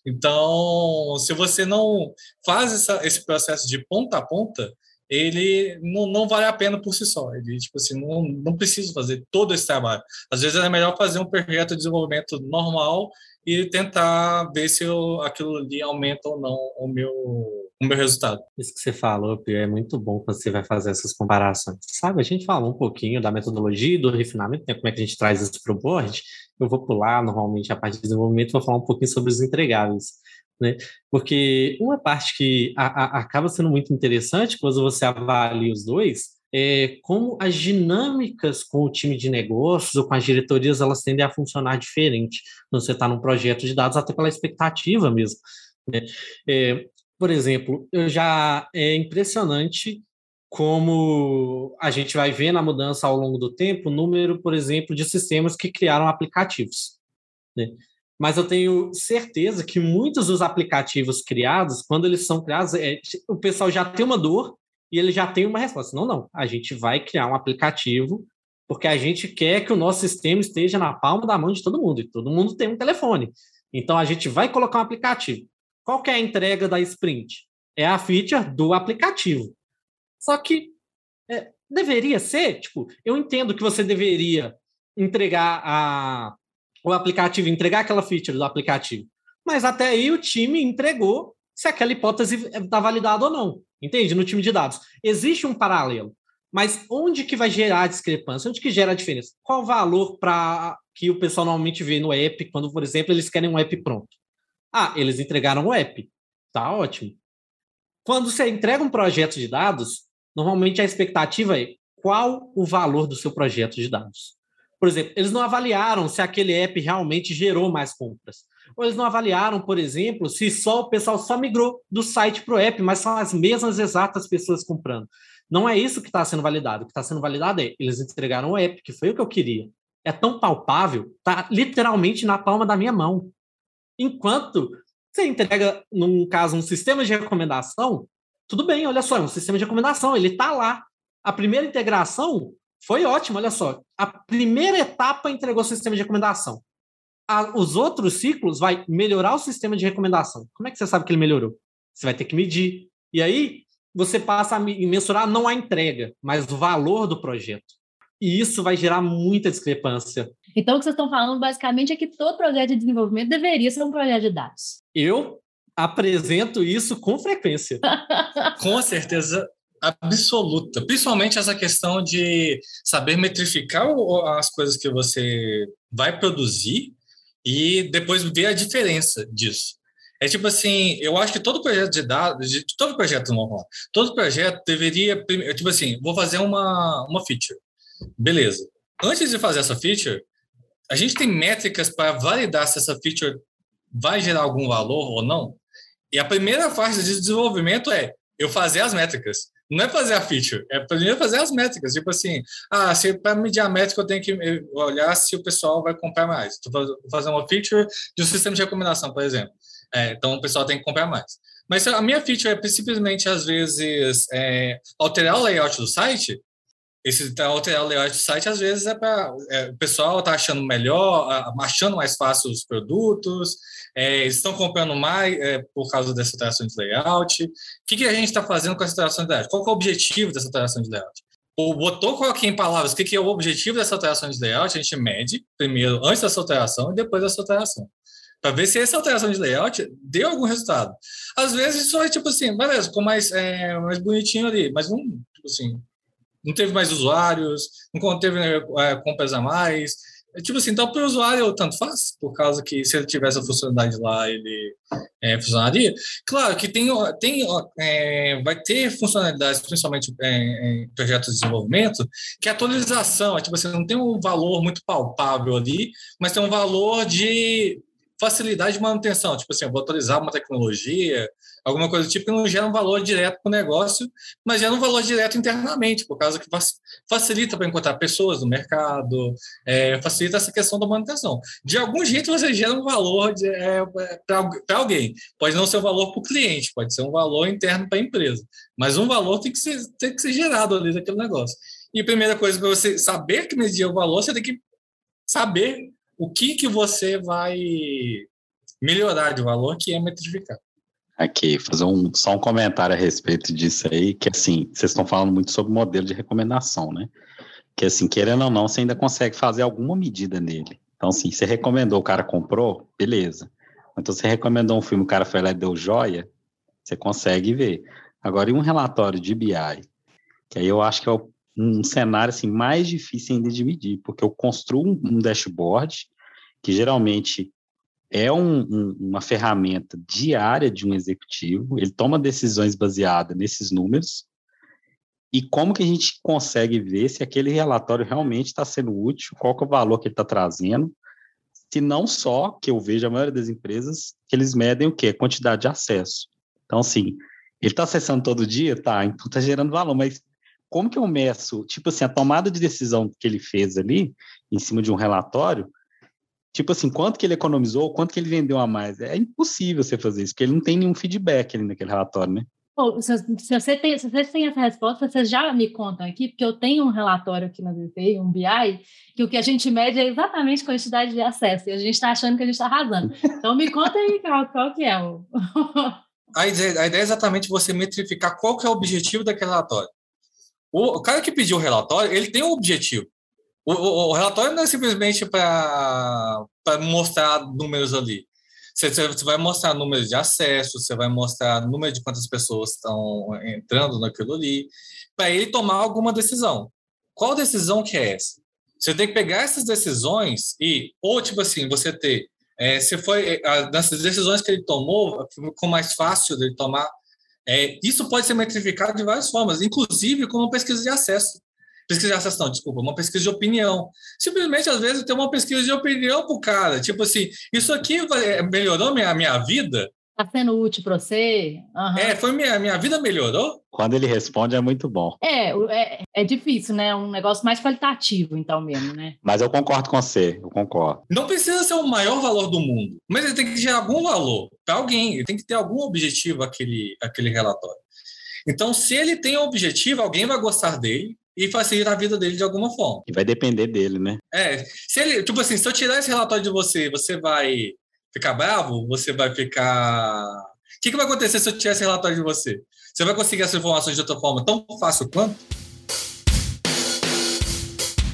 Então, se você não faz essa, esse processo de ponta a ponta, ele não, não vale a pena por si só. Ele, tipo assim, não, não precisa fazer todo esse trabalho. Às vezes é melhor fazer um projeto de desenvolvimento normal e tentar ver se eu, aquilo ali aumenta ou não o meu, o meu resultado. Isso que você falou, Pio, é muito bom quando você vai fazer essas comparações. Sabe, a gente falou um pouquinho da metodologia e do refinamento, né, como é que a gente traz isso para o board. Eu vou pular normalmente a parte de desenvolvimento e vou falar um pouquinho sobre os entregáveis. Né? Porque uma parte que a, a, acaba sendo muito interessante quando você avalia os dois é como as dinâmicas com o time de negócios ou com as diretorias elas tendem a funcionar diferente quando você está num projeto de dados, até pela expectativa mesmo. Né? É, por exemplo, eu já é impressionante como a gente vai ver na mudança ao longo do tempo o número, por exemplo, de sistemas que criaram aplicativos. Né? Mas eu tenho certeza que muitos dos aplicativos criados, quando eles são criados, é, o pessoal já tem uma dor e ele já tem uma resposta. Não, não, a gente vai criar um aplicativo porque a gente quer que o nosso sistema esteja na palma da mão de todo mundo, e todo mundo tem um telefone. Então, a gente vai colocar um aplicativo. Qual que é a entrega da sprint? É a feature do aplicativo. Só que é, deveria ser, tipo, eu entendo que você deveria entregar a... o aplicativo, entregar aquela feature do aplicativo. Mas até aí o time entregou se aquela hipótese está validada ou não. Entende? No time de dados. Existe um paralelo. Mas onde que vai gerar a discrepância? Onde que gera a diferença? Qual o valor para que o pessoal normalmente vê no app, quando, por exemplo, eles querem um app pronto? Ah, eles entregaram o app. Tá ótimo. Quando você entrega um projeto de dados, normalmente a expectativa é qual o valor do seu projeto de dados. Por exemplo, eles não avaliaram se aquele app realmente gerou mais compras. Ou eles não avaliaram, por exemplo, se só o pessoal só migrou do site para o app, mas são as mesmas exatas pessoas comprando. Não é isso que está sendo validado. O que está sendo validado é eles entregaram o app, que foi o que eu queria. É tão palpável, está literalmente na palma da minha mão. Enquanto você entrega, num caso, um sistema de recomendação, tudo bem, olha só, é um sistema de recomendação, ele está lá. A primeira integração foi ótimo, olha só. A primeira etapa entregou o sistema de recomendação. A, os outros ciclos vai melhorar o sistema de recomendação. Como é que você sabe que ele melhorou? Você vai ter que medir. E aí, você passa a mensurar não a entrega, mas o valor do projeto. E isso vai gerar muita discrepância. Então, o que vocês estão falando, basicamente, é que todo projeto de desenvolvimento deveria ser um projeto de dados. Eu apresento isso com frequência. Com certeza absoluta. Principalmente essa questão de saber metrificar as coisas que você vai produzir e depois ver a diferença disso. É tipo assim, eu acho que todo projeto de dados, de, todo projeto, não, todo projeto deveria, tipo assim, vou fazer uma, uma feature. Beleza. Antes de fazer essa feature, a gente tem métricas para validar se essa feature vai gerar algum valor ou não. E a primeira fase de desenvolvimento é eu fazer as métricas. Não é fazer a feature, é primeiro fazer as métricas. Tipo assim, ah, se para medir a métrica eu tenho que olhar se o pessoal vai comprar mais. Estou fazendo uma feature de um sistema de recomendação, por exemplo. É, então o pessoal tem que comprar mais. Mas a minha feature é simplesmente, às vezes, é, alterar o layout do site. Esse alterar o layout do site, às vezes, é para é, o pessoal está achando melhor, achando mais fácil os produtos, é, estão comprando mais é, por causa dessa alteração de layout. O que, que a gente está fazendo com essa alteração de layout? Qual que é o objetivo dessa alteração de layout? O botou coloquei em palavras o que, que é o objetivo dessa alteração de layout, a gente mede primeiro antes dessa alteração e depois dessa alteração, para ver se essa alteração de layout deu algum resultado. Às vezes só é tipo assim, beleza, ficou mais, é, mais bonitinho ali, mas não, tipo assim, não teve mais usuários, não teve é, compras a mais. É, tipo assim, então para o usuário tanto faz, por causa que se ele tivesse a funcionalidade lá, ele é, funcionaria. Claro que tem, tem, é, vai ter funcionalidades, principalmente é, em projetos de desenvolvimento, que a atualização, é, tipo assim, não tem um valor muito palpável ali, mas tem um valor de facilidade de manutenção, tipo assim, eu vou atualizar uma tecnologia, alguma coisa do tipo que não gera um valor direto para o negócio, mas gera um valor direto internamente, por causa que facilita para encontrar pessoas no mercado, é, facilita essa questão da manutenção. De algum jeito você gera um valor é, para alguém, pode não ser um valor para o cliente, pode ser um valor interno para a empresa, mas um valor tem que ser, tem que ser gerado ali daquele negócio. E a primeira coisa, para você saber que medir o valor, você tem que saber o que, que você vai melhorar de valor, que é metrificar. Aqui, fazer um, só um comentário a respeito disso aí, que assim, vocês estão falando muito sobre modelo de recomendação, né? Que assim, querendo ou não, você ainda consegue fazer alguma medida nele. Então, assim, você recomendou, o cara comprou, beleza. Então, você recomendou um filme, o cara foi lá e deu joia, você consegue ver. Agora, em um relatório de B I, que aí eu acho que é o um cenário assim, mais difícil ainda de medir, porque eu construo um, um dashboard, que geralmente é um, um, uma ferramenta diária de um executivo, ele toma decisões baseadas nesses números, e como que a gente consegue ver se aquele relatório realmente está sendo útil, qual que é o valor que ele está trazendo, se não só, que eu vejo a maioria das empresas, que eles medem o quê? A quantidade de acesso. Então, assim, ele está acessando todo dia? Tá, então está gerando valor, mas como que eu meço, tipo assim, a tomada de decisão que ele fez ali, em cima de um relatório, tipo assim, quanto que ele economizou, quanto que ele vendeu a mais? É impossível você fazer isso, porque ele não tem nenhum feedback ali naquele relatório, né? Bom, se, se, você tem, se vocês têm essa resposta, vocês já me contam aqui, porque eu tenho um relatório aqui na D T I, um B I, que o que a gente mede é exatamente a quantidade de acesso, e a gente está achando que a gente está arrasando. Então me conta aí qual, qual que é o... a, ideia, a ideia é exatamente você metrificar qual que é o objetivo daquele relatório. O cara que pediu o relatório, ele tem um objetivo. O, o, o relatório não é simplesmente para mostrar números ali. Você, você vai mostrar números de acesso, você vai mostrar número de quantas pessoas estão entrando naquilo ali, para ele tomar alguma decisão. Qual decisão que é essa? Você tem que pegar essas decisões e, ou tipo assim, você ter, é, se foi, nessas decisões que ele tomou, ficou mais fácil de ele tomar. É, isso pode ser metrificado de várias formas, inclusive com uma pesquisa de acesso. Pesquisa de acesso, não, desculpa, uma pesquisa de opinião. Simplesmente, às vezes, tem uma pesquisa de opinião para o cara. Tipo assim, isso aqui melhorou a minha, minha vida? Está sendo útil para você? Uhum. É, foi minha, minha vida melhorou? Quando ele responde é muito bom. É, é, é difícil, né? É um negócio mais qualitativo, então mesmo, né? Mas eu concordo com você, eu concordo. Não precisa ser o maior valor do mundo, mas ele tem que gerar algum valor para alguém, ele tem que ter algum objetivo aquele, aquele relatório. Então, se ele tem um objetivo, alguém vai gostar dele e facilita a vida dele de alguma forma. E vai depender dele, né? É, se ele, tipo assim, se eu tirar esse relatório de você, você vai ficar bravo? Você vai ficar... O que, que vai acontecer se eu tirar esse relatório de você? Você vai conseguir essas informações de outra forma tão fácil quanto?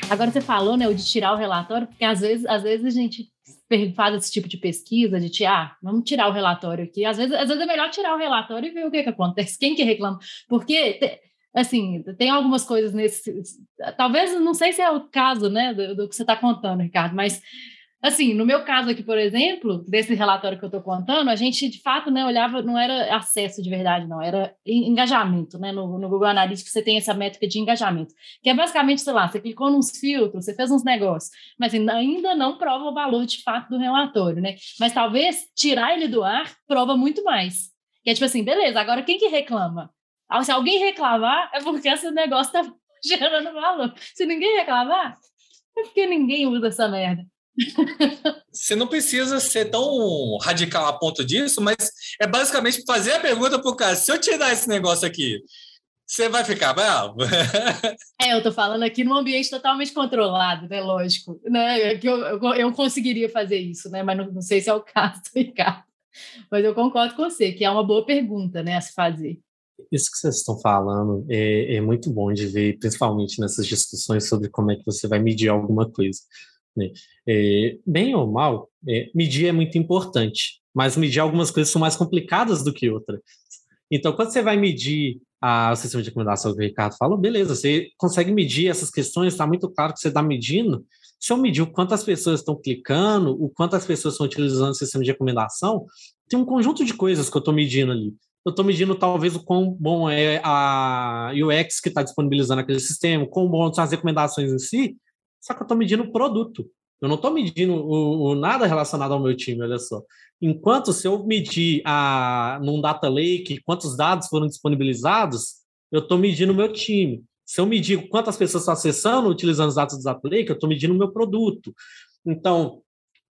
Agora você falou, né, o de tirar o relatório, porque às vezes, às vezes a gente faz esse tipo de pesquisa, de tirar, ah, vamos tirar o relatório aqui. Às vezes, às vezes é melhor tirar o relatório e ver o que, que acontece, quem que reclama. Porque, assim, tem algumas coisas nesse... Talvez, não sei se é o caso, né, do, do que você está contando, Ricardo, mas... Assim, no meu caso aqui, por exemplo, desse relatório que eu estou contando, a gente, de fato, né, olhava, não era acesso de verdade, não, era engajamento, né? No, no Google Analytics você tem essa métrica de engajamento, que é basicamente, sei lá, você clicou nos filtros, você fez uns negócios, mas ainda não prova o valor, de fato, do relatório, né? Mas talvez tirar ele do ar prova muito mais. Que é tipo assim, beleza, agora quem que reclama? Se alguém reclamar, é porque esse negócio está gerando valor. Se ninguém reclamar, é porque ninguém usa essa merda. Você não precisa ser tão radical a ponto disso, mas é basicamente fazer a pergunta pro cara: se eu tirar esse negócio aqui, você vai ficar bravo? É, eu tô falando aqui num ambiente totalmente controlado, né? Lógico, né? Que eu, eu, eu conseguiria fazer isso, né? Mas não, não sei se é o caso, Ricardo. Mas eu concordo com você, que é uma boa pergunta, né, a se fazer. Isso que vocês estão falando é, é muito bom de ver, principalmente nessas discussões sobre como é que você vai medir alguma coisa. Né? É, bem ou mal, é, medir é muito importante, mas medir algumas coisas são mais complicadas do que outras. Então, quando você vai medir a, o sistema de recomendação que o Ricardo falou, beleza, você consegue medir essas questões, está muito claro que você está medindo. Se eu medir o quanto as pessoas estão clicando, o quanto as pessoas estão utilizando o sistema de recomendação, tem um conjunto de coisas que eu estou medindo ali. Eu estou medindo talvez o quão bom é a U X que está disponibilizando aquele sistema, o quão bom são as recomendações em si, só que eu estou medindo o produto. Eu não estou medindo o, o nada relacionado ao meu time, olha só. Enquanto se eu medir a, num data lake quantos dados foram disponibilizados, eu estou medindo o meu time. Se eu medir quantas pessoas estão acessando, utilizando os dados do data lake, eu estou medindo o meu produto. Então,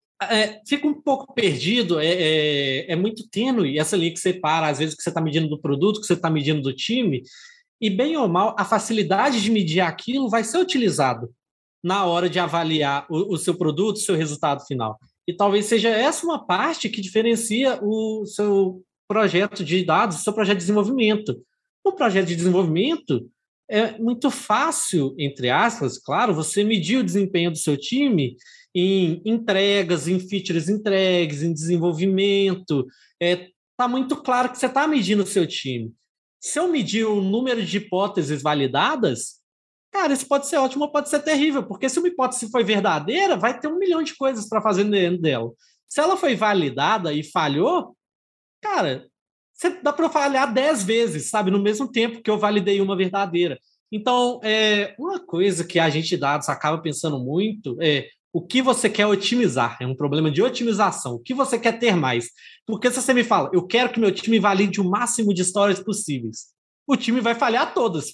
é, fica um pouco perdido, é, é, é muito tênue essa linha que separa, às vezes, que você está medindo do produto, que você está medindo do time, e bem ou mal, a facilidade de medir aquilo vai ser utilizado na hora de avaliar o, o seu produto, o seu resultado final. E talvez seja essa uma parte que diferencia o seu projeto de dados, o seu projeto de desenvolvimento. No projeto de desenvolvimento, é muito fácil, entre aspas, claro, você medir o desempenho do seu time em entregas, em features entregues, em desenvolvimento. Está é, muito claro que você está medindo o seu time. Se eu medir o número de hipóteses validadas, cara, isso pode ser ótimo ou pode ser terrível, porque se uma hipótese foi verdadeira, vai ter um milhão de coisas para fazer dentro dela. Se ela foi validada e falhou, cara, você dá para falhar dez vezes, sabe, no mesmo tempo que eu validei uma verdadeira. Então, é, uma coisa que a gente de dados acaba pensando muito é o que você quer otimizar. É um problema de otimização. O que você quer ter mais? Porque se você me fala, eu quero que meu time valide o máximo de histórias possíveis, o time vai falhar todas.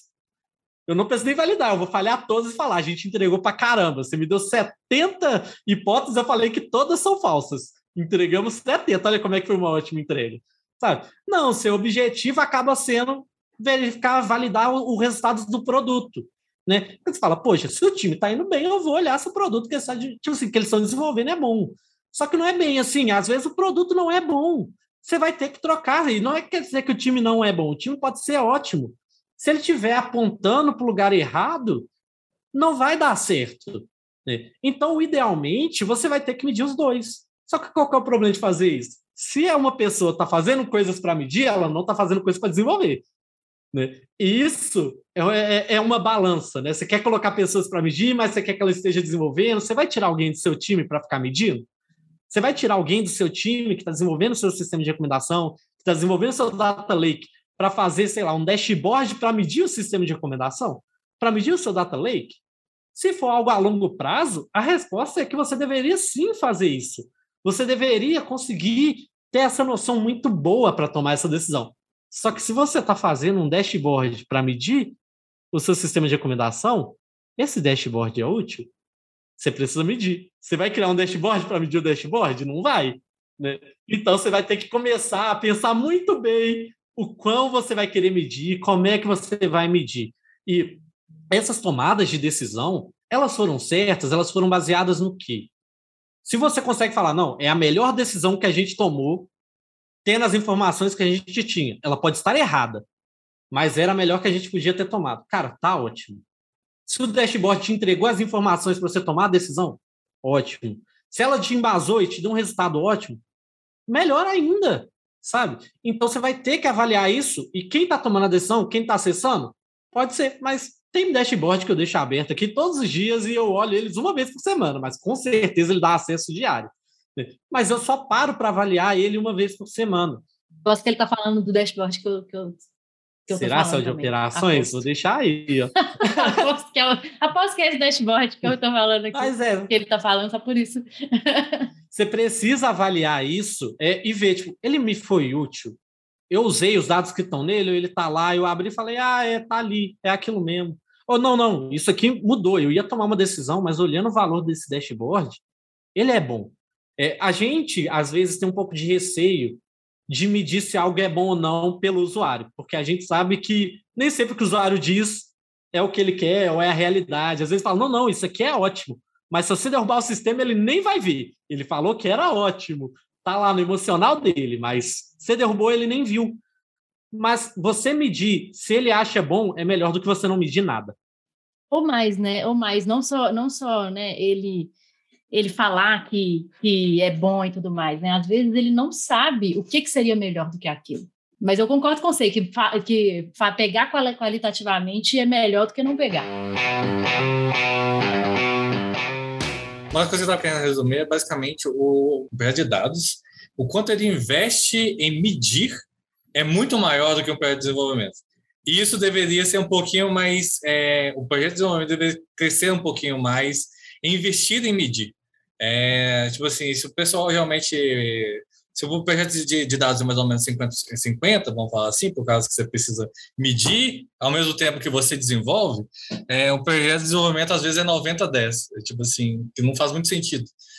Eu não preciso nem validar, eu vou falhar todas e falar, a gente entregou pra caramba. Você me deu setenta hipóteses, eu falei que todas são falsas. Entregamos setenta, olha como é que foi uma ótima entrega. Sabe? Não, seu objetivo acaba sendo verificar, validar o, o resultado do produto. Né? Você fala, poxa, se o time está indo bem, eu vou olhar se o produto que, tipo assim, que eles estão desenvolvendo é bom. Só que não é bem assim, às vezes o produto não é bom. Você vai ter que trocar, e não é quer dizer que o time não é bom, o time pode ser ótimo. Se ele estiver apontando para o lugar errado, não vai dar certo. Né? Então, idealmente, você vai ter que medir os dois. Só que qual que é o problema de fazer isso? Se é uma pessoa está fazendo coisas para medir, ela não está fazendo coisas para desenvolver. Né? E isso é, é, é uma balança. Né? Você quer colocar pessoas para medir, mas você quer que ela esteja desenvolvendo. Você vai tirar alguém do seu time para ficar medindo? Você vai tirar alguém do seu time que está desenvolvendo o seu sistema de recomendação, que está desenvolvendo o seu data lake, para fazer, sei lá, um dashboard para medir o sistema de recomendação? Para medir o seu data lake? Se for algo a longo prazo, a resposta é que você deveria sim fazer isso. Você deveria conseguir ter essa noção muito boa para tomar essa decisão. Só que se você está fazendo um dashboard para medir o seu sistema de recomendação, esse dashboard é útil? Você precisa medir. Você vai criar um dashboard para medir o dashboard? Não vai. Né? Então, você vai ter que começar a pensar muito bem o quão você vai querer medir, como é que você vai medir. E essas tomadas de decisão, elas foram certas, elas foram baseadas no quê? Se você consegue falar, não, é a melhor decisão que a gente tomou, tendo as informações que a gente tinha. Ela pode estar errada, mas era a melhor que a gente podia ter tomado. Cara, tá ótimo. Se o dashboard te entregou as informações para você tomar a decisão, ótimo. Se ela te embasou e te deu um resultado ótimo, melhor ainda, sabe? Então, você vai ter que avaliar isso, e quem está tomando a decisão, quem está acessando, pode ser, mas tem dashboard que eu deixo aberto aqui todos os dias e eu olho eles uma vez por semana, mas com certeza ele dá acesso diário. Mas eu só paro para avaliar ele uma vez por semana. Gosto que ele está falando do dashboard que eu, que eu, que eu Será tô falando de também. operações? Aposto. Vou deixar aí. Ó. aposto, que é o, aposto que é esse dashboard que eu estou falando aqui. Mas é. Que ele está falando só por isso. Você precisa avaliar isso é, e ver, tipo, ele me foi útil? Eu usei os dados que estão nele, ele está lá, eu abri e falei, ah, é, tá ali, é aquilo mesmo. Ou não, não, isso aqui mudou, eu ia tomar uma decisão, mas olhando o valor desse dashboard, ele é bom. É, a gente, às vezes, tem um pouco de receio de medir se algo é bom ou não pelo usuário, porque a gente sabe que nem sempre o que o usuário diz é o que ele quer ou é a realidade. Às vezes fala, não, não, isso aqui é ótimo, mas se você derrubar o sistema, ele nem vai ver. Ele falou que era ótimo, tá lá no emocional dele, mas você derrubou, ele nem viu. Mas você medir se ele acha bom é melhor do que você não medir nada. Ou mais, né? Ou mais, não só, não só né, ele... ele falar que, que é bom e tudo mais, né? Às vezes ele não sabe o que, que seria melhor do que aquilo. Mas eu concordo com você, que, fa, que fa, pegar qualitativamente é melhor do que não pegar. Uma coisa que eu estava querendo resumir é basicamente o projeto de dados, o quanto ele investe em medir é muito maior do que um projeto de desenvolvimento. E isso deveria ser um pouquinho mais... É, o projeto de desenvolvimento deveria crescer um pouquinho mais, investir em medir. É, tipo assim, se o pessoal realmente... Se o projeto de, de dados é mais ou menos cinquenta a cinquenta, vamos falar assim, por causa que você precisa medir ao mesmo tempo que você desenvolve, é, o projeto de desenvolvimento às vezes é noventa a dez. É, tipo assim, que não faz muito sentido.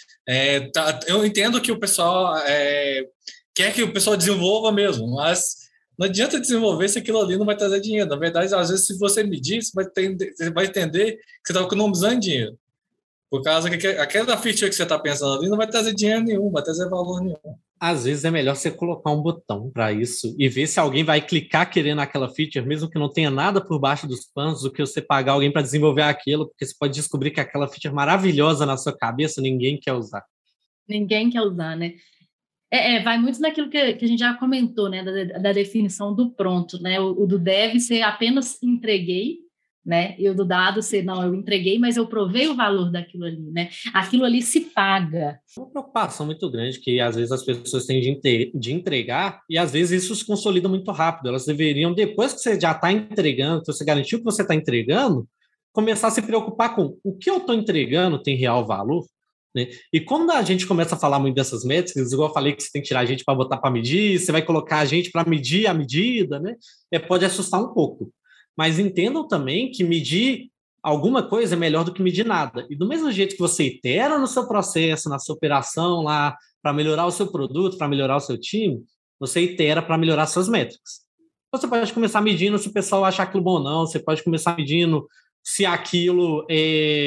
É, tá, eu entendo que o pessoal é, quer que o pessoal desenvolva mesmo, mas não adianta desenvolver se aquilo ali não vai trazer dinheiro. Na verdade, às vezes, se você medir, você vai, ter, você vai entender que você está economizando dinheiro. Por causa que aquela feature que você está pensando ali não vai trazer dinheiro nenhum, vai trazer valor nenhum. Às vezes é melhor você colocar um botão para isso e ver se alguém vai clicar querendo aquela feature, mesmo que não tenha nada por baixo dos panos, do que você pagar alguém para desenvolver aquilo, porque você pode descobrir que aquela feature maravilhosa na sua cabeça ninguém quer usar. Ninguém quer usar, né? É, é, vai muito naquilo que, que a gente já comentou, né? Da, da definição do pronto, né? O, o do dev ser apenas entreguei, né? E o do dado ser, não, eu entreguei, mas eu provei o valor daquilo ali, né? Aquilo ali se paga. É uma preocupação muito grande que às vezes as pessoas têm de, de entregar e às vezes isso se consolida muito rápido. Elas deveriam, depois que você já está entregando, que você garantiu que você está entregando, começar a se preocupar com o que eu estou entregando tem real valor, né? E quando a gente começa a falar muito dessas métricas, igual eu falei que você tem que tirar a gente para botar para medir, você vai colocar a gente para medir a medida, né? É, pode assustar um pouco. Mas entendam também que medir alguma coisa é melhor do que medir nada. E do mesmo jeito que você itera no seu processo, na sua operação lá, para melhorar o seu produto, para melhorar o seu time, você itera para melhorar suas métricas. Você pode começar medindo se o pessoal acha aquilo bom ou não, você pode começar medindo se aquilo está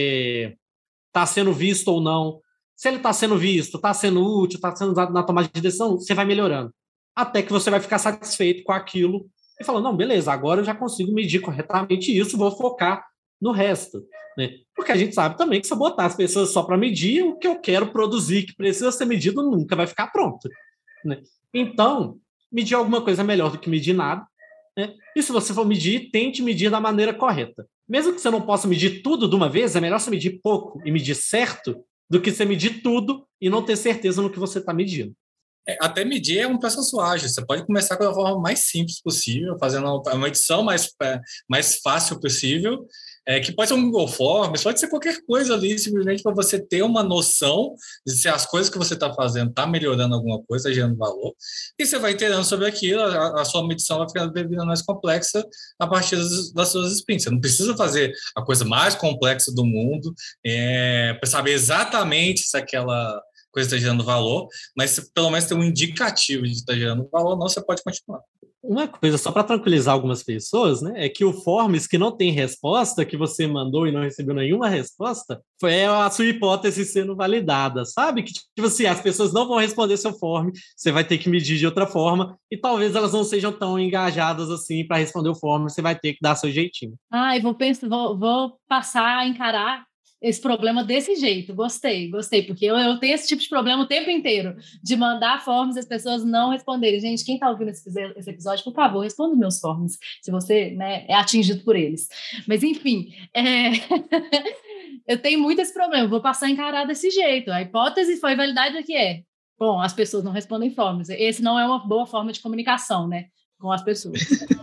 é, sendo visto ou não. Se ele está sendo visto, está sendo útil, está sendo usado na tomada de decisão, você vai melhorando. Até que você vai ficar satisfeito com aquilo e falou, não, beleza, agora eu já consigo medir corretamente isso, vou focar no resto, né? Porque a gente sabe também que se eu botar as pessoas só para medir, o que eu quero produzir, que precisa ser medido, nunca vai ficar pronto, né? Então, medir alguma coisa é melhor do que medir nada, né? E se você for medir, tente medir da maneira correta. Mesmo que você não possa medir tudo de uma vez, é melhor você medir pouco e medir certo do que você medir tudo e não ter certeza no que você está medindo. Até medir é um processo ágil. Você pode começar da forma mais simples possível, fazendo uma edição mais, mais fácil possível, é, que pode ser um Google Forms, pode ser qualquer coisa ali, simplesmente para você ter uma noção de se as coisas que você está fazendo está melhorando alguma coisa, está gerando valor, e você vai entendendo sobre aquilo, a, a sua medição vai ficando mais complexa a partir das, das suas sprints. Você não precisa fazer a coisa mais complexa do mundo é, para saber exatamente se aquela coisa está gerando valor, mas se pelo menos tem um indicativo de estar tá gerando valor, não, você pode continuar. Uma coisa, só para tranquilizar algumas pessoas, né, é que o Forms que não tem resposta, que você mandou e não recebeu nenhuma resposta, foi a sua hipótese sendo validada, sabe? Que, tipo assim, as pessoas não vão responder seu form, você vai ter que medir de outra forma, e talvez elas não sejam tão engajadas assim para responder o form, você vai ter que dar seu jeitinho. Ah, e vou, pensar, vou, vou passar a encarar esse problema desse jeito. Gostei, gostei, porque eu, eu tenho esse tipo de problema o tempo inteiro, de mandar forms e as pessoas não responderem. Gente, quem está ouvindo esse, esse episódio, por favor, responda os meus forms, se você, né, é atingido por eles. Mas, enfim, é... eu tenho muito esse problema, vou passar a encarar desse jeito. A hipótese foi validada que é, bom, as pessoas não respondem forms. Esse não é uma boa forma de comunicação, né, com as pessoas.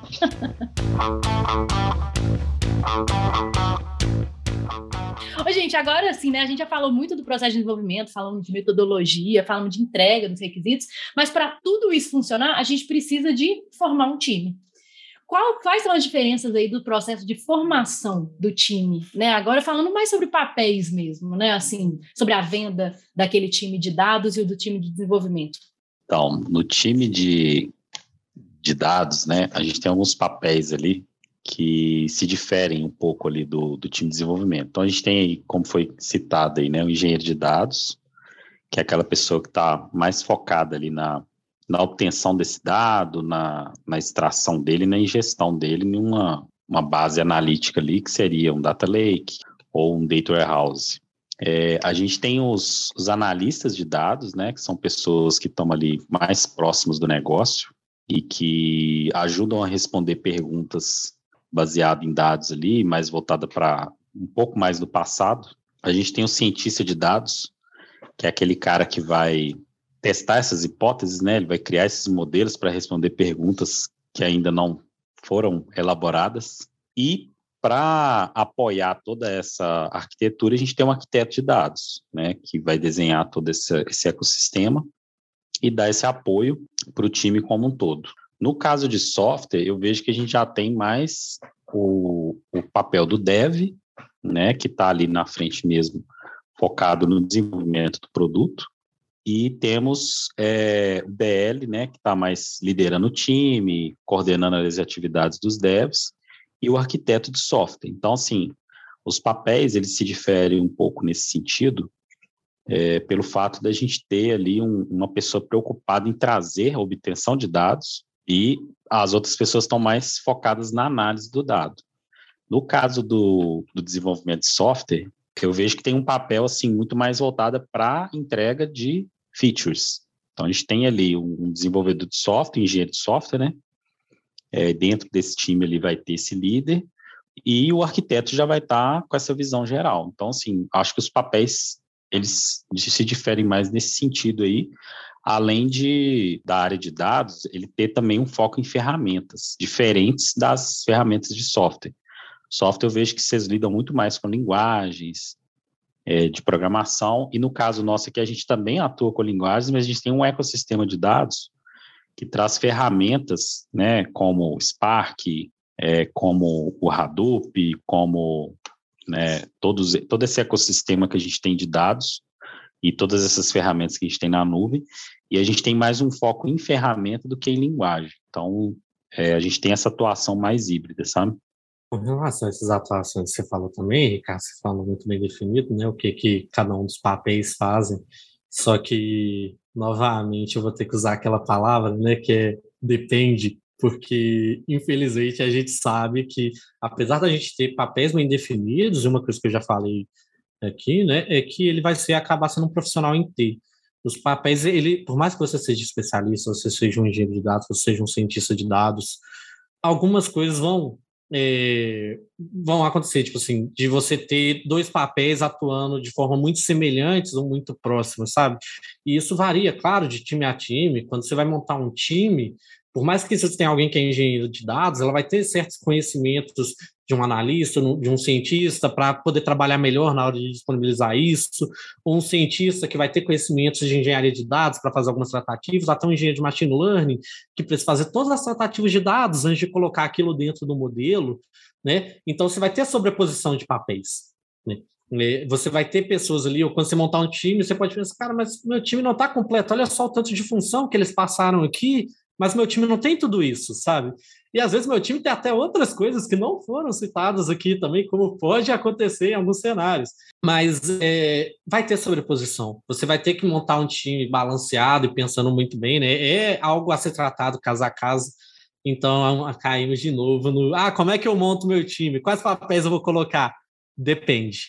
Ô, gente, agora sim, né? A gente já falou muito do processo de desenvolvimento, falamos de metodologia, falamos de entrega dos requisitos, mas para tudo isso funcionar, a gente precisa de formar um time. Qual, quais são as diferenças aí do processo de formação do time, né? Agora falando mais sobre papéis mesmo, né? Assim, sobre a venda daquele time de dados e o do time de desenvolvimento. Então, no time de, de dados, né? A gente tem alguns papéis ali que se diferem um pouco ali do, do time de desenvolvimento. Então, a gente tem aí, como foi citado aí, né, o engenheiro de dados, que é aquela pessoa que está mais focada ali na, na obtenção desse dado, na, na extração dele, na ingestão dele em uma, uma base analítica ali, que seria um data lake ou um data warehouse. É, a gente tem os, os analistas de dados, né, que são pessoas que estão ali mais próximos do negócio e que ajudam a responder perguntas baseado em dados ali, mais voltada para um pouco mais do passado. A gente tem o cientista de dados, que é aquele cara que vai testar essas hipóteses, né? Ele vai criar esses modelos para responder perguntas que ainda não foram elaboradas. E para apoiar toda essa arquitetura, a gente tem um arquiteto de dados, né? Que vai desenhar todo esse, esse ecossistema e dar esse apoio para o time como um todo. No caso de software, eu vejo que a gente já tem mais o, o papel do dev, né, que está ali na frente mesmo, focado no desenvolvimento do produto, e temos é, o D L, né, que está mais liderando o time, coordenando as atividades dos devs, e o arquiteto de software. Então, assim, os papéis, eles se diferem um pouco nesse sentido, é, pelo fato da gente ter ali um, uma pessoa preocupada em trazer a obtenção de dados, e as outras pessoas estão mais focadas na análise do dado. No caso do, do desenvolvimento de software, eu vejo que tem um papel assim, muito mais voltado para a entrega de features. Então, a gente tem ali um, um desenvolvedor de software, engenheiro de software, né? É, dentro desse time ele vai ter esse líder, e o arquiteto já vai estar tá com essa visão geral. Então, assim, acho que os papéis, eles se diferem mais nesse sentido aí, além de, da área de dados, ele ter também um foco em ferramentas, diferentes das ferramentas de software. Software eu vejo que vocês lidam muito mais com linguagens é, de programação, e no caso nosso aqui a gente também atua com linguagens, mas a gente tem um ecossistema de dados que traz ferramentas, né, como o Spark, é, como o Hadoop, como né, todos, todo esse ecossistema que a gente tem de dados, e todas essas ferramentas que a gente tem na nuvem, e a gente tem mais um foco em ferramenta do que em linguagem. Então, é, a gente tem essa atuação mais híbrida, sabe? Com relação a essas atuações que você falou também, Ricardo, você falou muito bem definido, né, o que, que cada um dos papéis fazem, só que, novamente, eu vou ter que usar aquela palavra, né, que é depende, porque, infelizmente, a gente sabe que, apesar da gente ter papéis bem definidos, e uma coisa que eu já falei aqui, né, é que ele vai ser, acabar sendo um profissional inteiro. Os papéis, ele, por mais que você seja especialista, você seja um engenheiro de dados, você seja um cientista de dados, algumas coisas vão, é, vão acontecer, tipo assim, de você ter dois papéis atuando de forma muito semelhantes ou muito próximas, sabe? E isso varia, claro, de time a time. Quando você vai montar um time, por mais que você tenha alguém que é engenheiro de dados, ela vai ter certos conhecimentos de um analista, de um cientista, para poder trabalhar melhor na hora de disponibilizar isso, ou um cientista que vai ter conhecimentos de engenharia de dados para fazer algumas tratativas, até um engenheiro de machine learning, que precisa fazer todas as tratativas de dados antes de colocar aquilo dentro do modelo, né? Então, você vai ter a sobreposição de papéis, né? Você vai ter pessoas ali, ou quando você montar um time, você pode pensar, cara, mas meu time não está completo, olha só o tanto de função que eles passaram aqui, mas meu time não tem tudo isso, sabe? E às vezes meu time tem até outras coisas que não foram citadas aqui também, como pode acontecer em alguns cenários. Mas é, vai ter sobreposição. Você vai ter que montar um time balanceado e pensando muito bem, né? É algo a ser tratado caso a caso. Então, caímos de novo no... Ah, como é que eu monto meu time? Quais papéis eu vou colocar? Depende.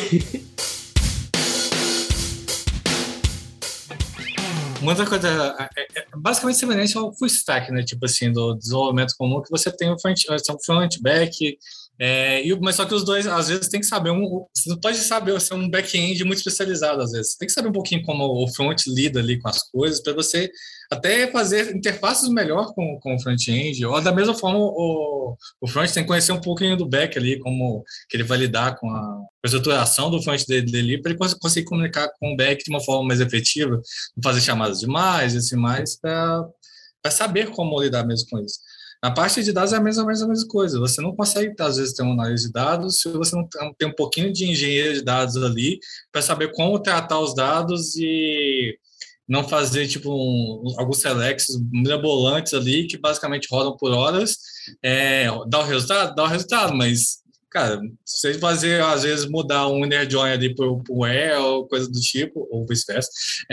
Muita coisa, é, é, basicamente semelhante ao full stack, né? Tipo assim, do desenvolvimento comum, que você tem o front, um front back, é, e, mas só que os dois, às vezes, tem que saber, um, você não pode saber ser um back-end muito especializado, às vezes. Você tem que saber um pouquinho como o front lida ali com as coisas, para você até fazer interfaces melhor com, com o front-end, ou da mesma forma o, o front tem que conhecer um pouquinho do back ali, como que ele vai lidar com a estruturação do front dele, dele para ele conseguir comunicar com o back de uma forma mais efetiva, não fazer chamadas demais, e assim mais, para saber como lidar mesmo com isso. Na parte de dados é a mesma, mesma, mesma coisa. Você não consegue, às vezes, ter uma análise de dados se você não tem um pouquinho de engenharia de dados ali para saber como tratar os dados e não fazer, tipo, um, alguns selects mirabolantes ali que basicamente rodam por horas. É, dá o resultado? Dá o resultado, mas, cara, se você fazer, às vezes, mudar um inner join ali pro, pro where ou coisa do tipo, ou vice-versa,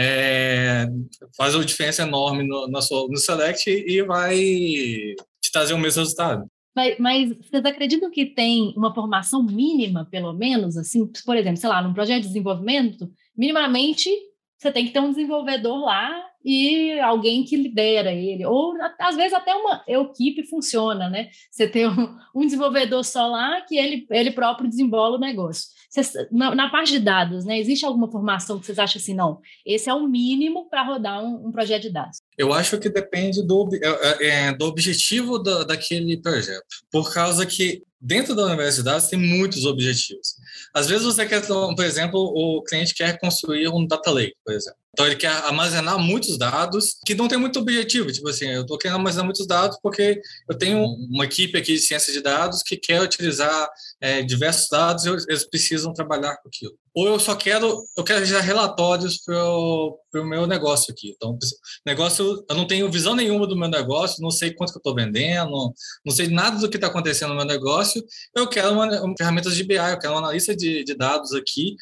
é, faz uma diferença enorme no, no, no select e vai te trazer o mesmo resultado. Mas, mas vocês acreditam que tem uma formação mínima, pelo menos, assim, por exemplo, sei lá, num projeto de desenvolvimento, minimamente você tem que ter um desenvolvedor lá e alguém que lidera ele, ou às vezes até uma equipe funciona, né? Você tem um, um desenvolvedor só lá que ele, ele próprio desenvolve o negócio. Vocês, na, na parte de dados, né? Existe alguma formação que vocês acham assim, não, esse é o mínimo para rodar um, um projeto de dados? Eu acho que depende do, é, do objetivo da, daquele projeto, por causa que dentro da universidade tem muitos objetivos. Às vezes você quer, por exemplo, o cliente quer construir um data lake, por exemplo. Então ele quer armazenar muitos dados que não tem muito objetivo. Tipo assim, eu estou querendo armazenar muitos dados porque eu tenho uma equipe aqui de ciência de dados que quer utilizar é, diversos dados e eles precisam trabalhar com aquilo. Ou eu só quero, eu quero gerar relatórios para o meu negócio aqui. Então, negócio, eu não tenho visão nenhuma do meu negócio, não sei quanto que eu estou vendendo, não sei nada do que está acontecendo no meu negócio. Eu quero uma, uma ferramentas de B I, eu quero uma analista de, de dados aqui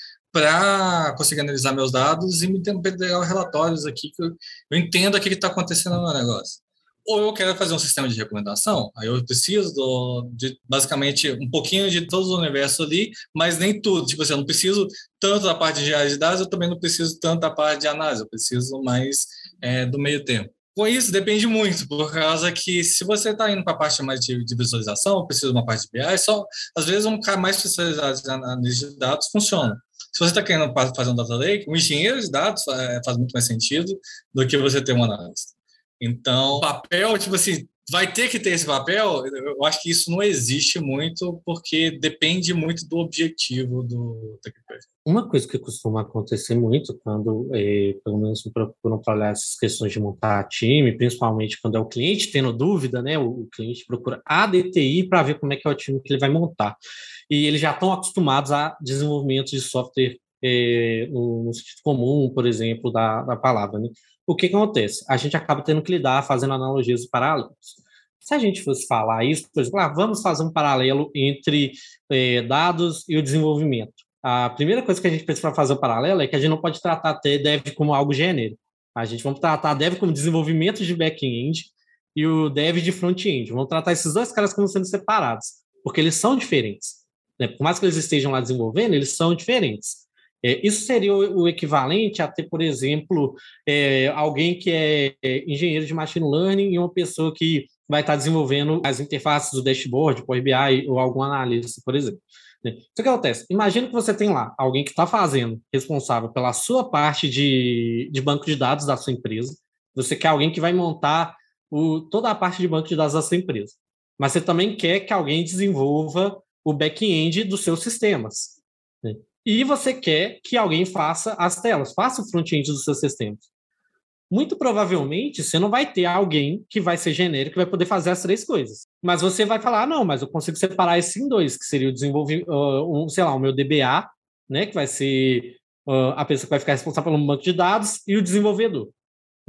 para conseguir analisar meus dados e me pegar relatórios aqui que eu, eu entendo o que está acontecendo no meu negócio. Ou eu quero fazer um sistema de recomendação, aí eu preciso do, de basicamente um pouquinho de todo o universo ali, mas nem tudo. Tipo assim, eu não preciso tanto da parte de engenharia de dados, eu também não preciso tanto da parte de análise, eu preciso mais é, do meio termo. Com isso, depende muito, por causa que se você está indo para a parte mais de, de visualização, precisa de uma parte de B I, só, às vezes um cara mais especializado em análise de dados funciona. Se você está querendo fazer um data lake, um engenheiro de dados é, faz muito mais sentido do que você ter um analista. Então, o papel, tipo assim, vai ter que ter esse papel, eu acho que isso não existe muito, porque depende muito do objetivo do projeto. Uma coisa que costuma acontecer muito quando, é, pelo menos, me procuram trabalhar essas questões de montar time, principalmente quando é o cliente tendo dúvida, né? O, o cliente procura a D T I para ver como é que é o time que ele vai montar. E eles já estão acostumados a desenvolvimento de software é, no, no sentido comum, por exemplo, da, da palavra, né? O que, que acontece? A gente acaba tendo que lidar fazendo analogias paralelas. Se a gente fosse falar isso, por exemplo, ah, vamos fazer um paralelo entre é, dados e o desenvolvimento. A primeira coisa que a gente precisa para fazer o paralelo é que a gente não pode tratar dev como algo genérico. A gente vai tratar dev como desenvolvimento de back-end e o dev de front-end. Vamos tratar esses dois caras como sendo separados, porque eles são diferentes. Né? Por mais que eles estejam lá desenvolvendo, eles são diferentes. É, isso seria o, o equivalente a ter, por exemplo, é, alguém que é, é engenheiro de machine learning e uma pessoa que vai estar desenvolvendo as interfaces do dashboard, Power B I ou algum analista, por exemplo. Né? Então, o que acontece? Imagina que você tem lá alguém que está fazendo, responsável pela sua parte de, de banco de dados da sua empresa. Você quer alguém que vai montar o, toda a parte de banco de dados da sua empresa. Mas você também quer que alguém desenvolva o back-end dos seus sistemas. Né? E você quer que alguém faça as telas, faça o front-end dos seus sistemas. Muito provavelmente, você não vai ter alguém que vai ser genérico, que vai poder fazer as três coisas. Mas você vai falar, ah, não, mas eu consigo separar isso em dois, que seria o desenvolvimento, uh, um, sei lá, o meu D B A, né, que vai ser uh, a pessoa que vai ficar responsável pelo banco de dados, e o desenvolvedor, né?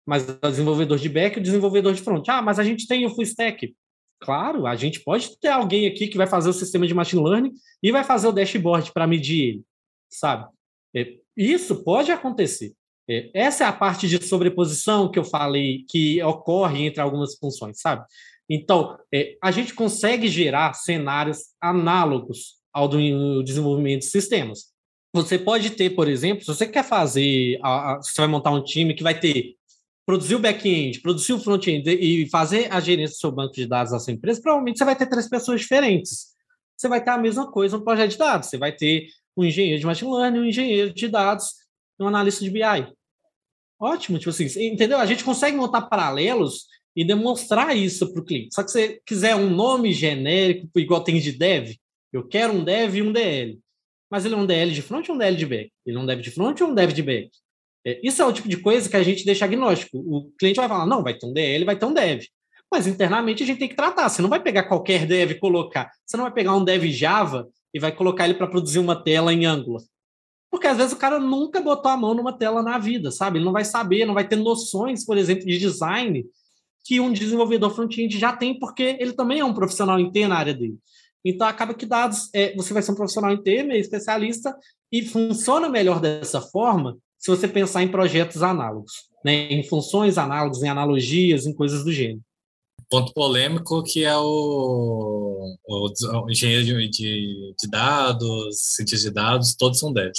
mas é o desenvolvedor de back e o desenvolvedor de front. Ah, mas a gente tem o full stack. Claro, a gente pode ter alguém aqui que vai fazer o sistema de machine learning e vai fazer o dashboard para medir ele, sabe? É, isso pode acontecer. É, essa é a parte de sobreposição que eu falei que ocorre entre algumas funções, sabe? Então, é, a gente consegue gerar cenários análogos ao do desenvolvimento de sistemas. Você pode ter, por exemplo, se você quer fazer, a, a, você vai montar um time que vai ter produzir o back-end, produzir o front-end e fazer a gerência do seu banco de dados da sua empresa, provavelmente você vai ter três pessoas diferentes. Você vai ter a mesma coisa no projeto de dados. Você vai ter um engenheiro de machine learning, um engenheiro de dados e um analista de B I. Ótimo, tipo assim, entendeu? A gente consegue montar paralelos e demonstrar isso para o cliente. Só que se você quiser um nome genérico, igual tem de dev, eu quero um dev e um D L. Mas ele é um D L de front ou um D L de back? Ele é um dev de front ou um dev de back? Isso é o tipo de coisa que a gente deixa agnóstico. O cliente vai falar, não, vai ter um D L, vai ter um dev. Mas internamente a gente tem que tratar. Você não vai pegar qualquer dev e colocar. Você não vai pegar um dev Java e vai colocar ele para produzir uma tela em Angular. Porque às vezes o cara nunca botou a mão numa tela na vida, sabe? Ele não vai saber, não vai ter noções, por exemplo, de design que um desenvolvedor front-end já tem, porque ele também é um profissional em T na área dele. Então acaba que dados, é, você vai ser um profissional em T, meio especialista, e funciona melhor dessa forma se você pensar em projetos análogos, né? Em funções análogas, em analogias, em coisas do gênero. Ponto polêmico que é o, o, o engenheiro de, de, de dados, cientista de dados, todos são devs.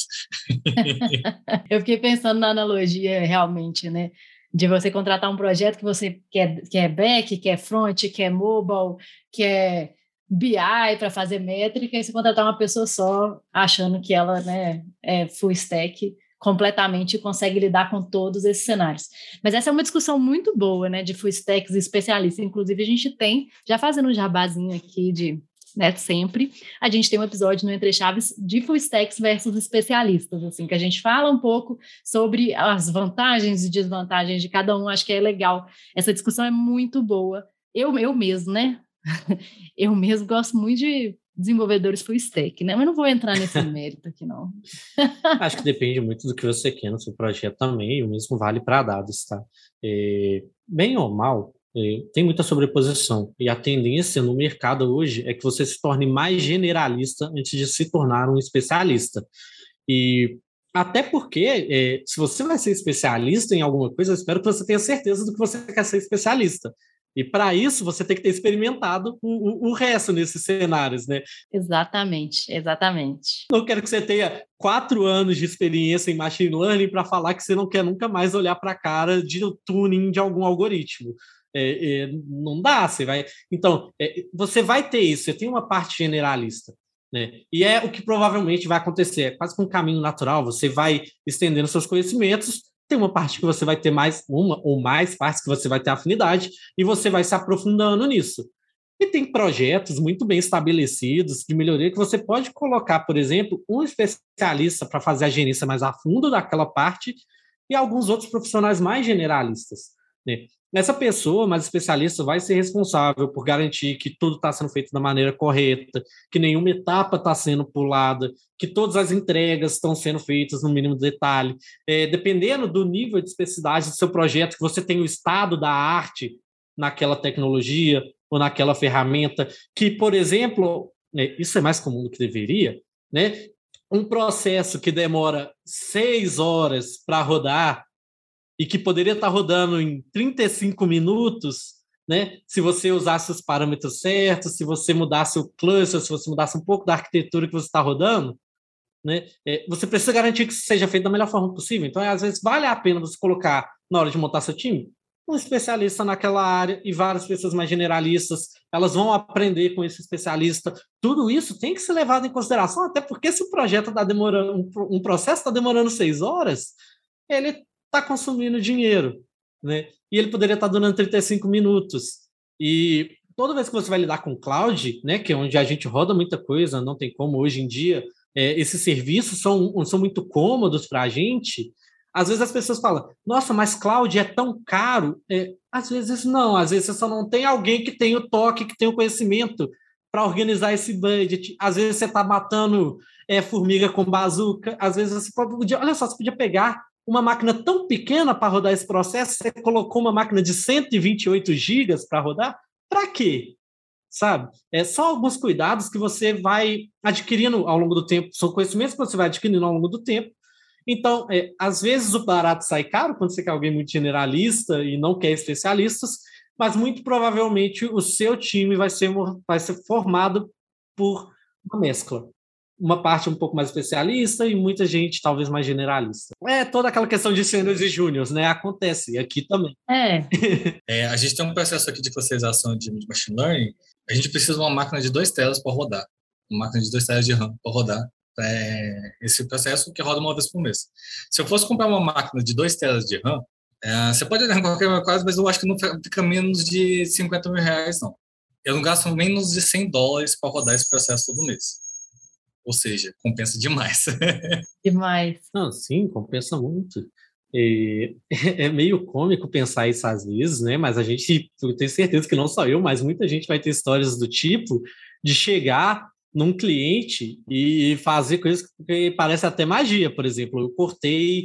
Eu fiquei pensando na analogia realmente, né? De você contratar um projeto que você quer, quer back, quer front, quer mobile, quer B I para fazer métrica, e você contratar uma pessoa só, achando que ela, né, é full stack, completamente consegue lidar com todos esses cenários. Mas essa é uma discussão muito boa, né, de full stacks e especialistas. Inclusive, a gente tem, já fazendo um jabazinho aqui de, né, sempre, a gente tem um episódio no Entre Chaves de full stacks versus especialistas, assim, que a gente fala um pouco sobre as vantagens e desvantagens de cada um. Acho que é legal. Essa discussão é muito boa. Eu, eu mesmo, né? Eu mesmo gosto muito de desenvolvedores full stack, né? Mas não vou entrar nesse mérito aqui, não. Acho que depende muito do que você quer no seu projeto também, e o mesmo vale para dados, tá? É, bem ou mal, é, tem muita sobreposição, e a tendência no mercado hoje é que você se torne mais generalista antes de se tornar um especialista. E até porque, é, se você vai ser especialista em alguma coisa, eu espero que você tenha certeza do que você quer ser especialista. E para isso, você tem que ter experimentado o, o, o resto nesses cenários, né? Exatamente, exatamente. Não quero que você tenha quatro anos de experiência em machine learning para falar que você não quer nunca mais olhar para a cara de tuning de algum algoritmo. É, é, não dá, você vai... Então, é, você vai ter isso, você tem uma parte generalista, né? E é o que provavelmente vai acontecer, é quase que um caminho natural, você vai estendendo seus conhecimentos. Tem uma parte que você vai ter mais, uma ou mais partes que você vai ter afinidade, e você vai se aprofundando nisso. E tem projetos muito bem estabelecidos de melhoria que você pode colocar, por exemplo, um especialista para fazer a gerência mais a fundo daquela parte e alguns outros profissionais mais generalistas, né? Essa pessoa mais especialista vai ser responsável por garantir que tudo está sendo feito da maneira correta, que nenhuma etapa está sendo pulada, que todas as entregas estão sendo feitas no mínimo detalhe. É, dependendo do nível de especificidade do seu projeto, que você tem o estado da arte naquela tecnologia ou naquela ferramenta, que, por exemplo, né, isso é mais comum do que deveria, né? Um processo que demora seis horas para rodar e que poderia estar rodando em trinta e cinco minutos, né? Se você usasse os parâmetros certos, se você mudasse o cluster, se você mudasse um pouco da arquitetura que você está rodando, né? É, você precisa garantir que isso seja feito da melhor forma possível. Então, às vezes, vale a pena você colocar, na hora de montar seu time, um especialista naquela área e várias pessoas mais generalistas, elas vão aprender com esse especialista. Tudo isso tem que ser levado em consideração, até porque se o projeto está demorando, um, um processo está demorando seis horas, ele está consumindo dinheiro, né? E ele poderia estar durando trinta e cinco minutos. E toda vez que você vai lidar com cloud, né, que é onde a gente roda muita coisa, não tem como hoje em dia, é, esses serviços são, são muito cômodos para a gente. Às vezes as pessoas falam, nossa, mas cloud é tão caro. É, às vezes não, às vezes você só não tem alguém que tem o toque, que tem o conhecimento para organizar esse budget. Às vezes você está matando é, formiga com bazuca, às vezes você pode, olha só, você podia pegar uma máquina tão pequena para rodar esse processo, você colocou uma máquina de cento e vinte e oito gigas para rodar? Para quê? Sabe? É só alguns cuidados que você vai adquirindo ao longo do tempo, são conhecimentos que você vai adquirindo ao longo do tempo. Então, é, às vezes o barato sai caro quando você quer alguém muito generalista e não quer especialistas, mas muito provavelmente o seu time vai ser, vai ser formado por uma mescla. Uma parte um pouco mais especialista e muita gente talvez mais generalista. É toda aquela questão de sêniores e júniores, né? Acontece aqui também. É. é. A gente tem um processo aqui de clusterização de machine learning. A gente precisa de uma máquina de dois telas para rodar. Uma máquina de dois telas de RAM para rodar é, esse processo que roda uma vez por mês. Se eu fosse comprar uma máquina de dois telas de RAM, é, você pode olhar em qualquer coisa, mas eu acho que não fica menos de cinquenta mil reais, não. Eu não gasto menos de cem dólares para rodar esse processo todo mês. Ou seja, compensa demais. Demais. Não, sim, compensa muito. E é meio cômico pensar isso às vezes, né? Mas a gente, eu tenho certeza que não só eu, mas muita gente vai ter histórias do tipo de chegar num cliente e fazer coisas que parecem até magia. Por exemplo, eu cortei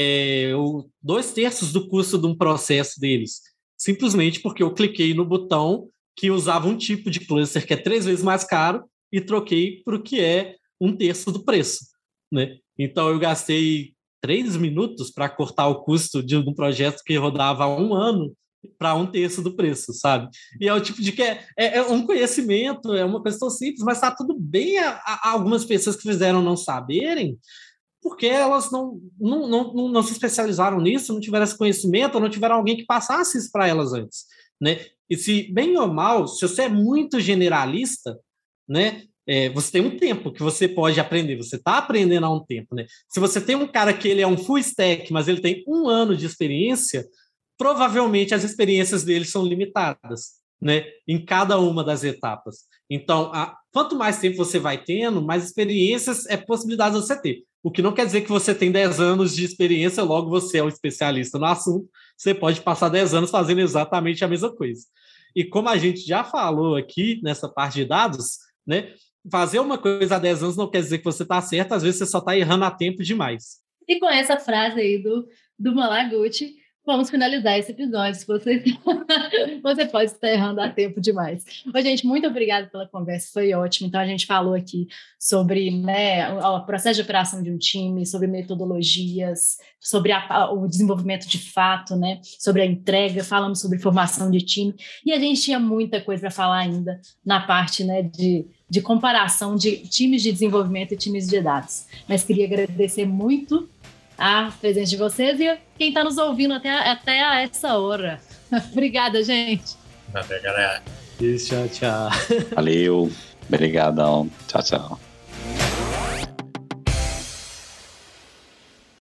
é, dois terços do custo de um processo deles, simplesmente porque eu cliquei no botão que usava um tipo de cluster que é três vezes mais caro e troquei para o que é um terço do preço, né? Então eu gastei três minutos para cortar o custo de um projeto que rodava há um ano para um terço do preço, sabe? E é o tipo de que é, é, é um conhecimento, é uma questão simples, mas está tudo bem a, a algumas pessoas que fizeram não saberem, porque elas não, não, não, não se especializaram nisso, não tiveram esse conhecimento, ou não tiveram alguém que passasse isso para elas antes, né? E se, bem ou mal, se você é muito generalista, né? É, você tem um tempo que você pode aprender, você está aprendendo há um tempo, né? Se você tem um cara que ele é um full stack, mas ele tem um ano de experiência, provavelmente as experiências dele são limitadas, né? Em cada uma das etapas. Então, a, quanto mais tempo você vai tendo, mais experiências é possibilidade de você ter. O que não quer dizer que você tem dez anos de experiência, logo você é um especialista no assunto, você pode passar dez anos fazendo exatamente a mesma coisa. E como a gente já falou aqui nessa parte de dados, né? Fazer uma coisa há dez anos não quer dizer que você está certo, às vezes você só está errando a tempo demais. E com essa frase aí do, do Malaguti, vamos finalizar esse episódio. Se você, você pode estar errando a tempo demais. Ô, gente, muito obrigada pela conversa, foi ótimo. Então, a gente falou aqui sobre, né, o processo de operação de um time, sobre metodologias, sobre a, o desenvolvimento de fato, né, sobre a entrega, falamos sobre formação de time, e a gente tinha muita coisa para falar ainda na parte, né, de, de comparação de times de desenvolvimento e times de dados. Mas queria agradecer muito a presença de vocês e quem está nos ouvindo até, até a essa hora. Obrigada, gente. Até, galera. Isso, tchau, tchau. Valeu. Obrigadão. Tchau, tchau.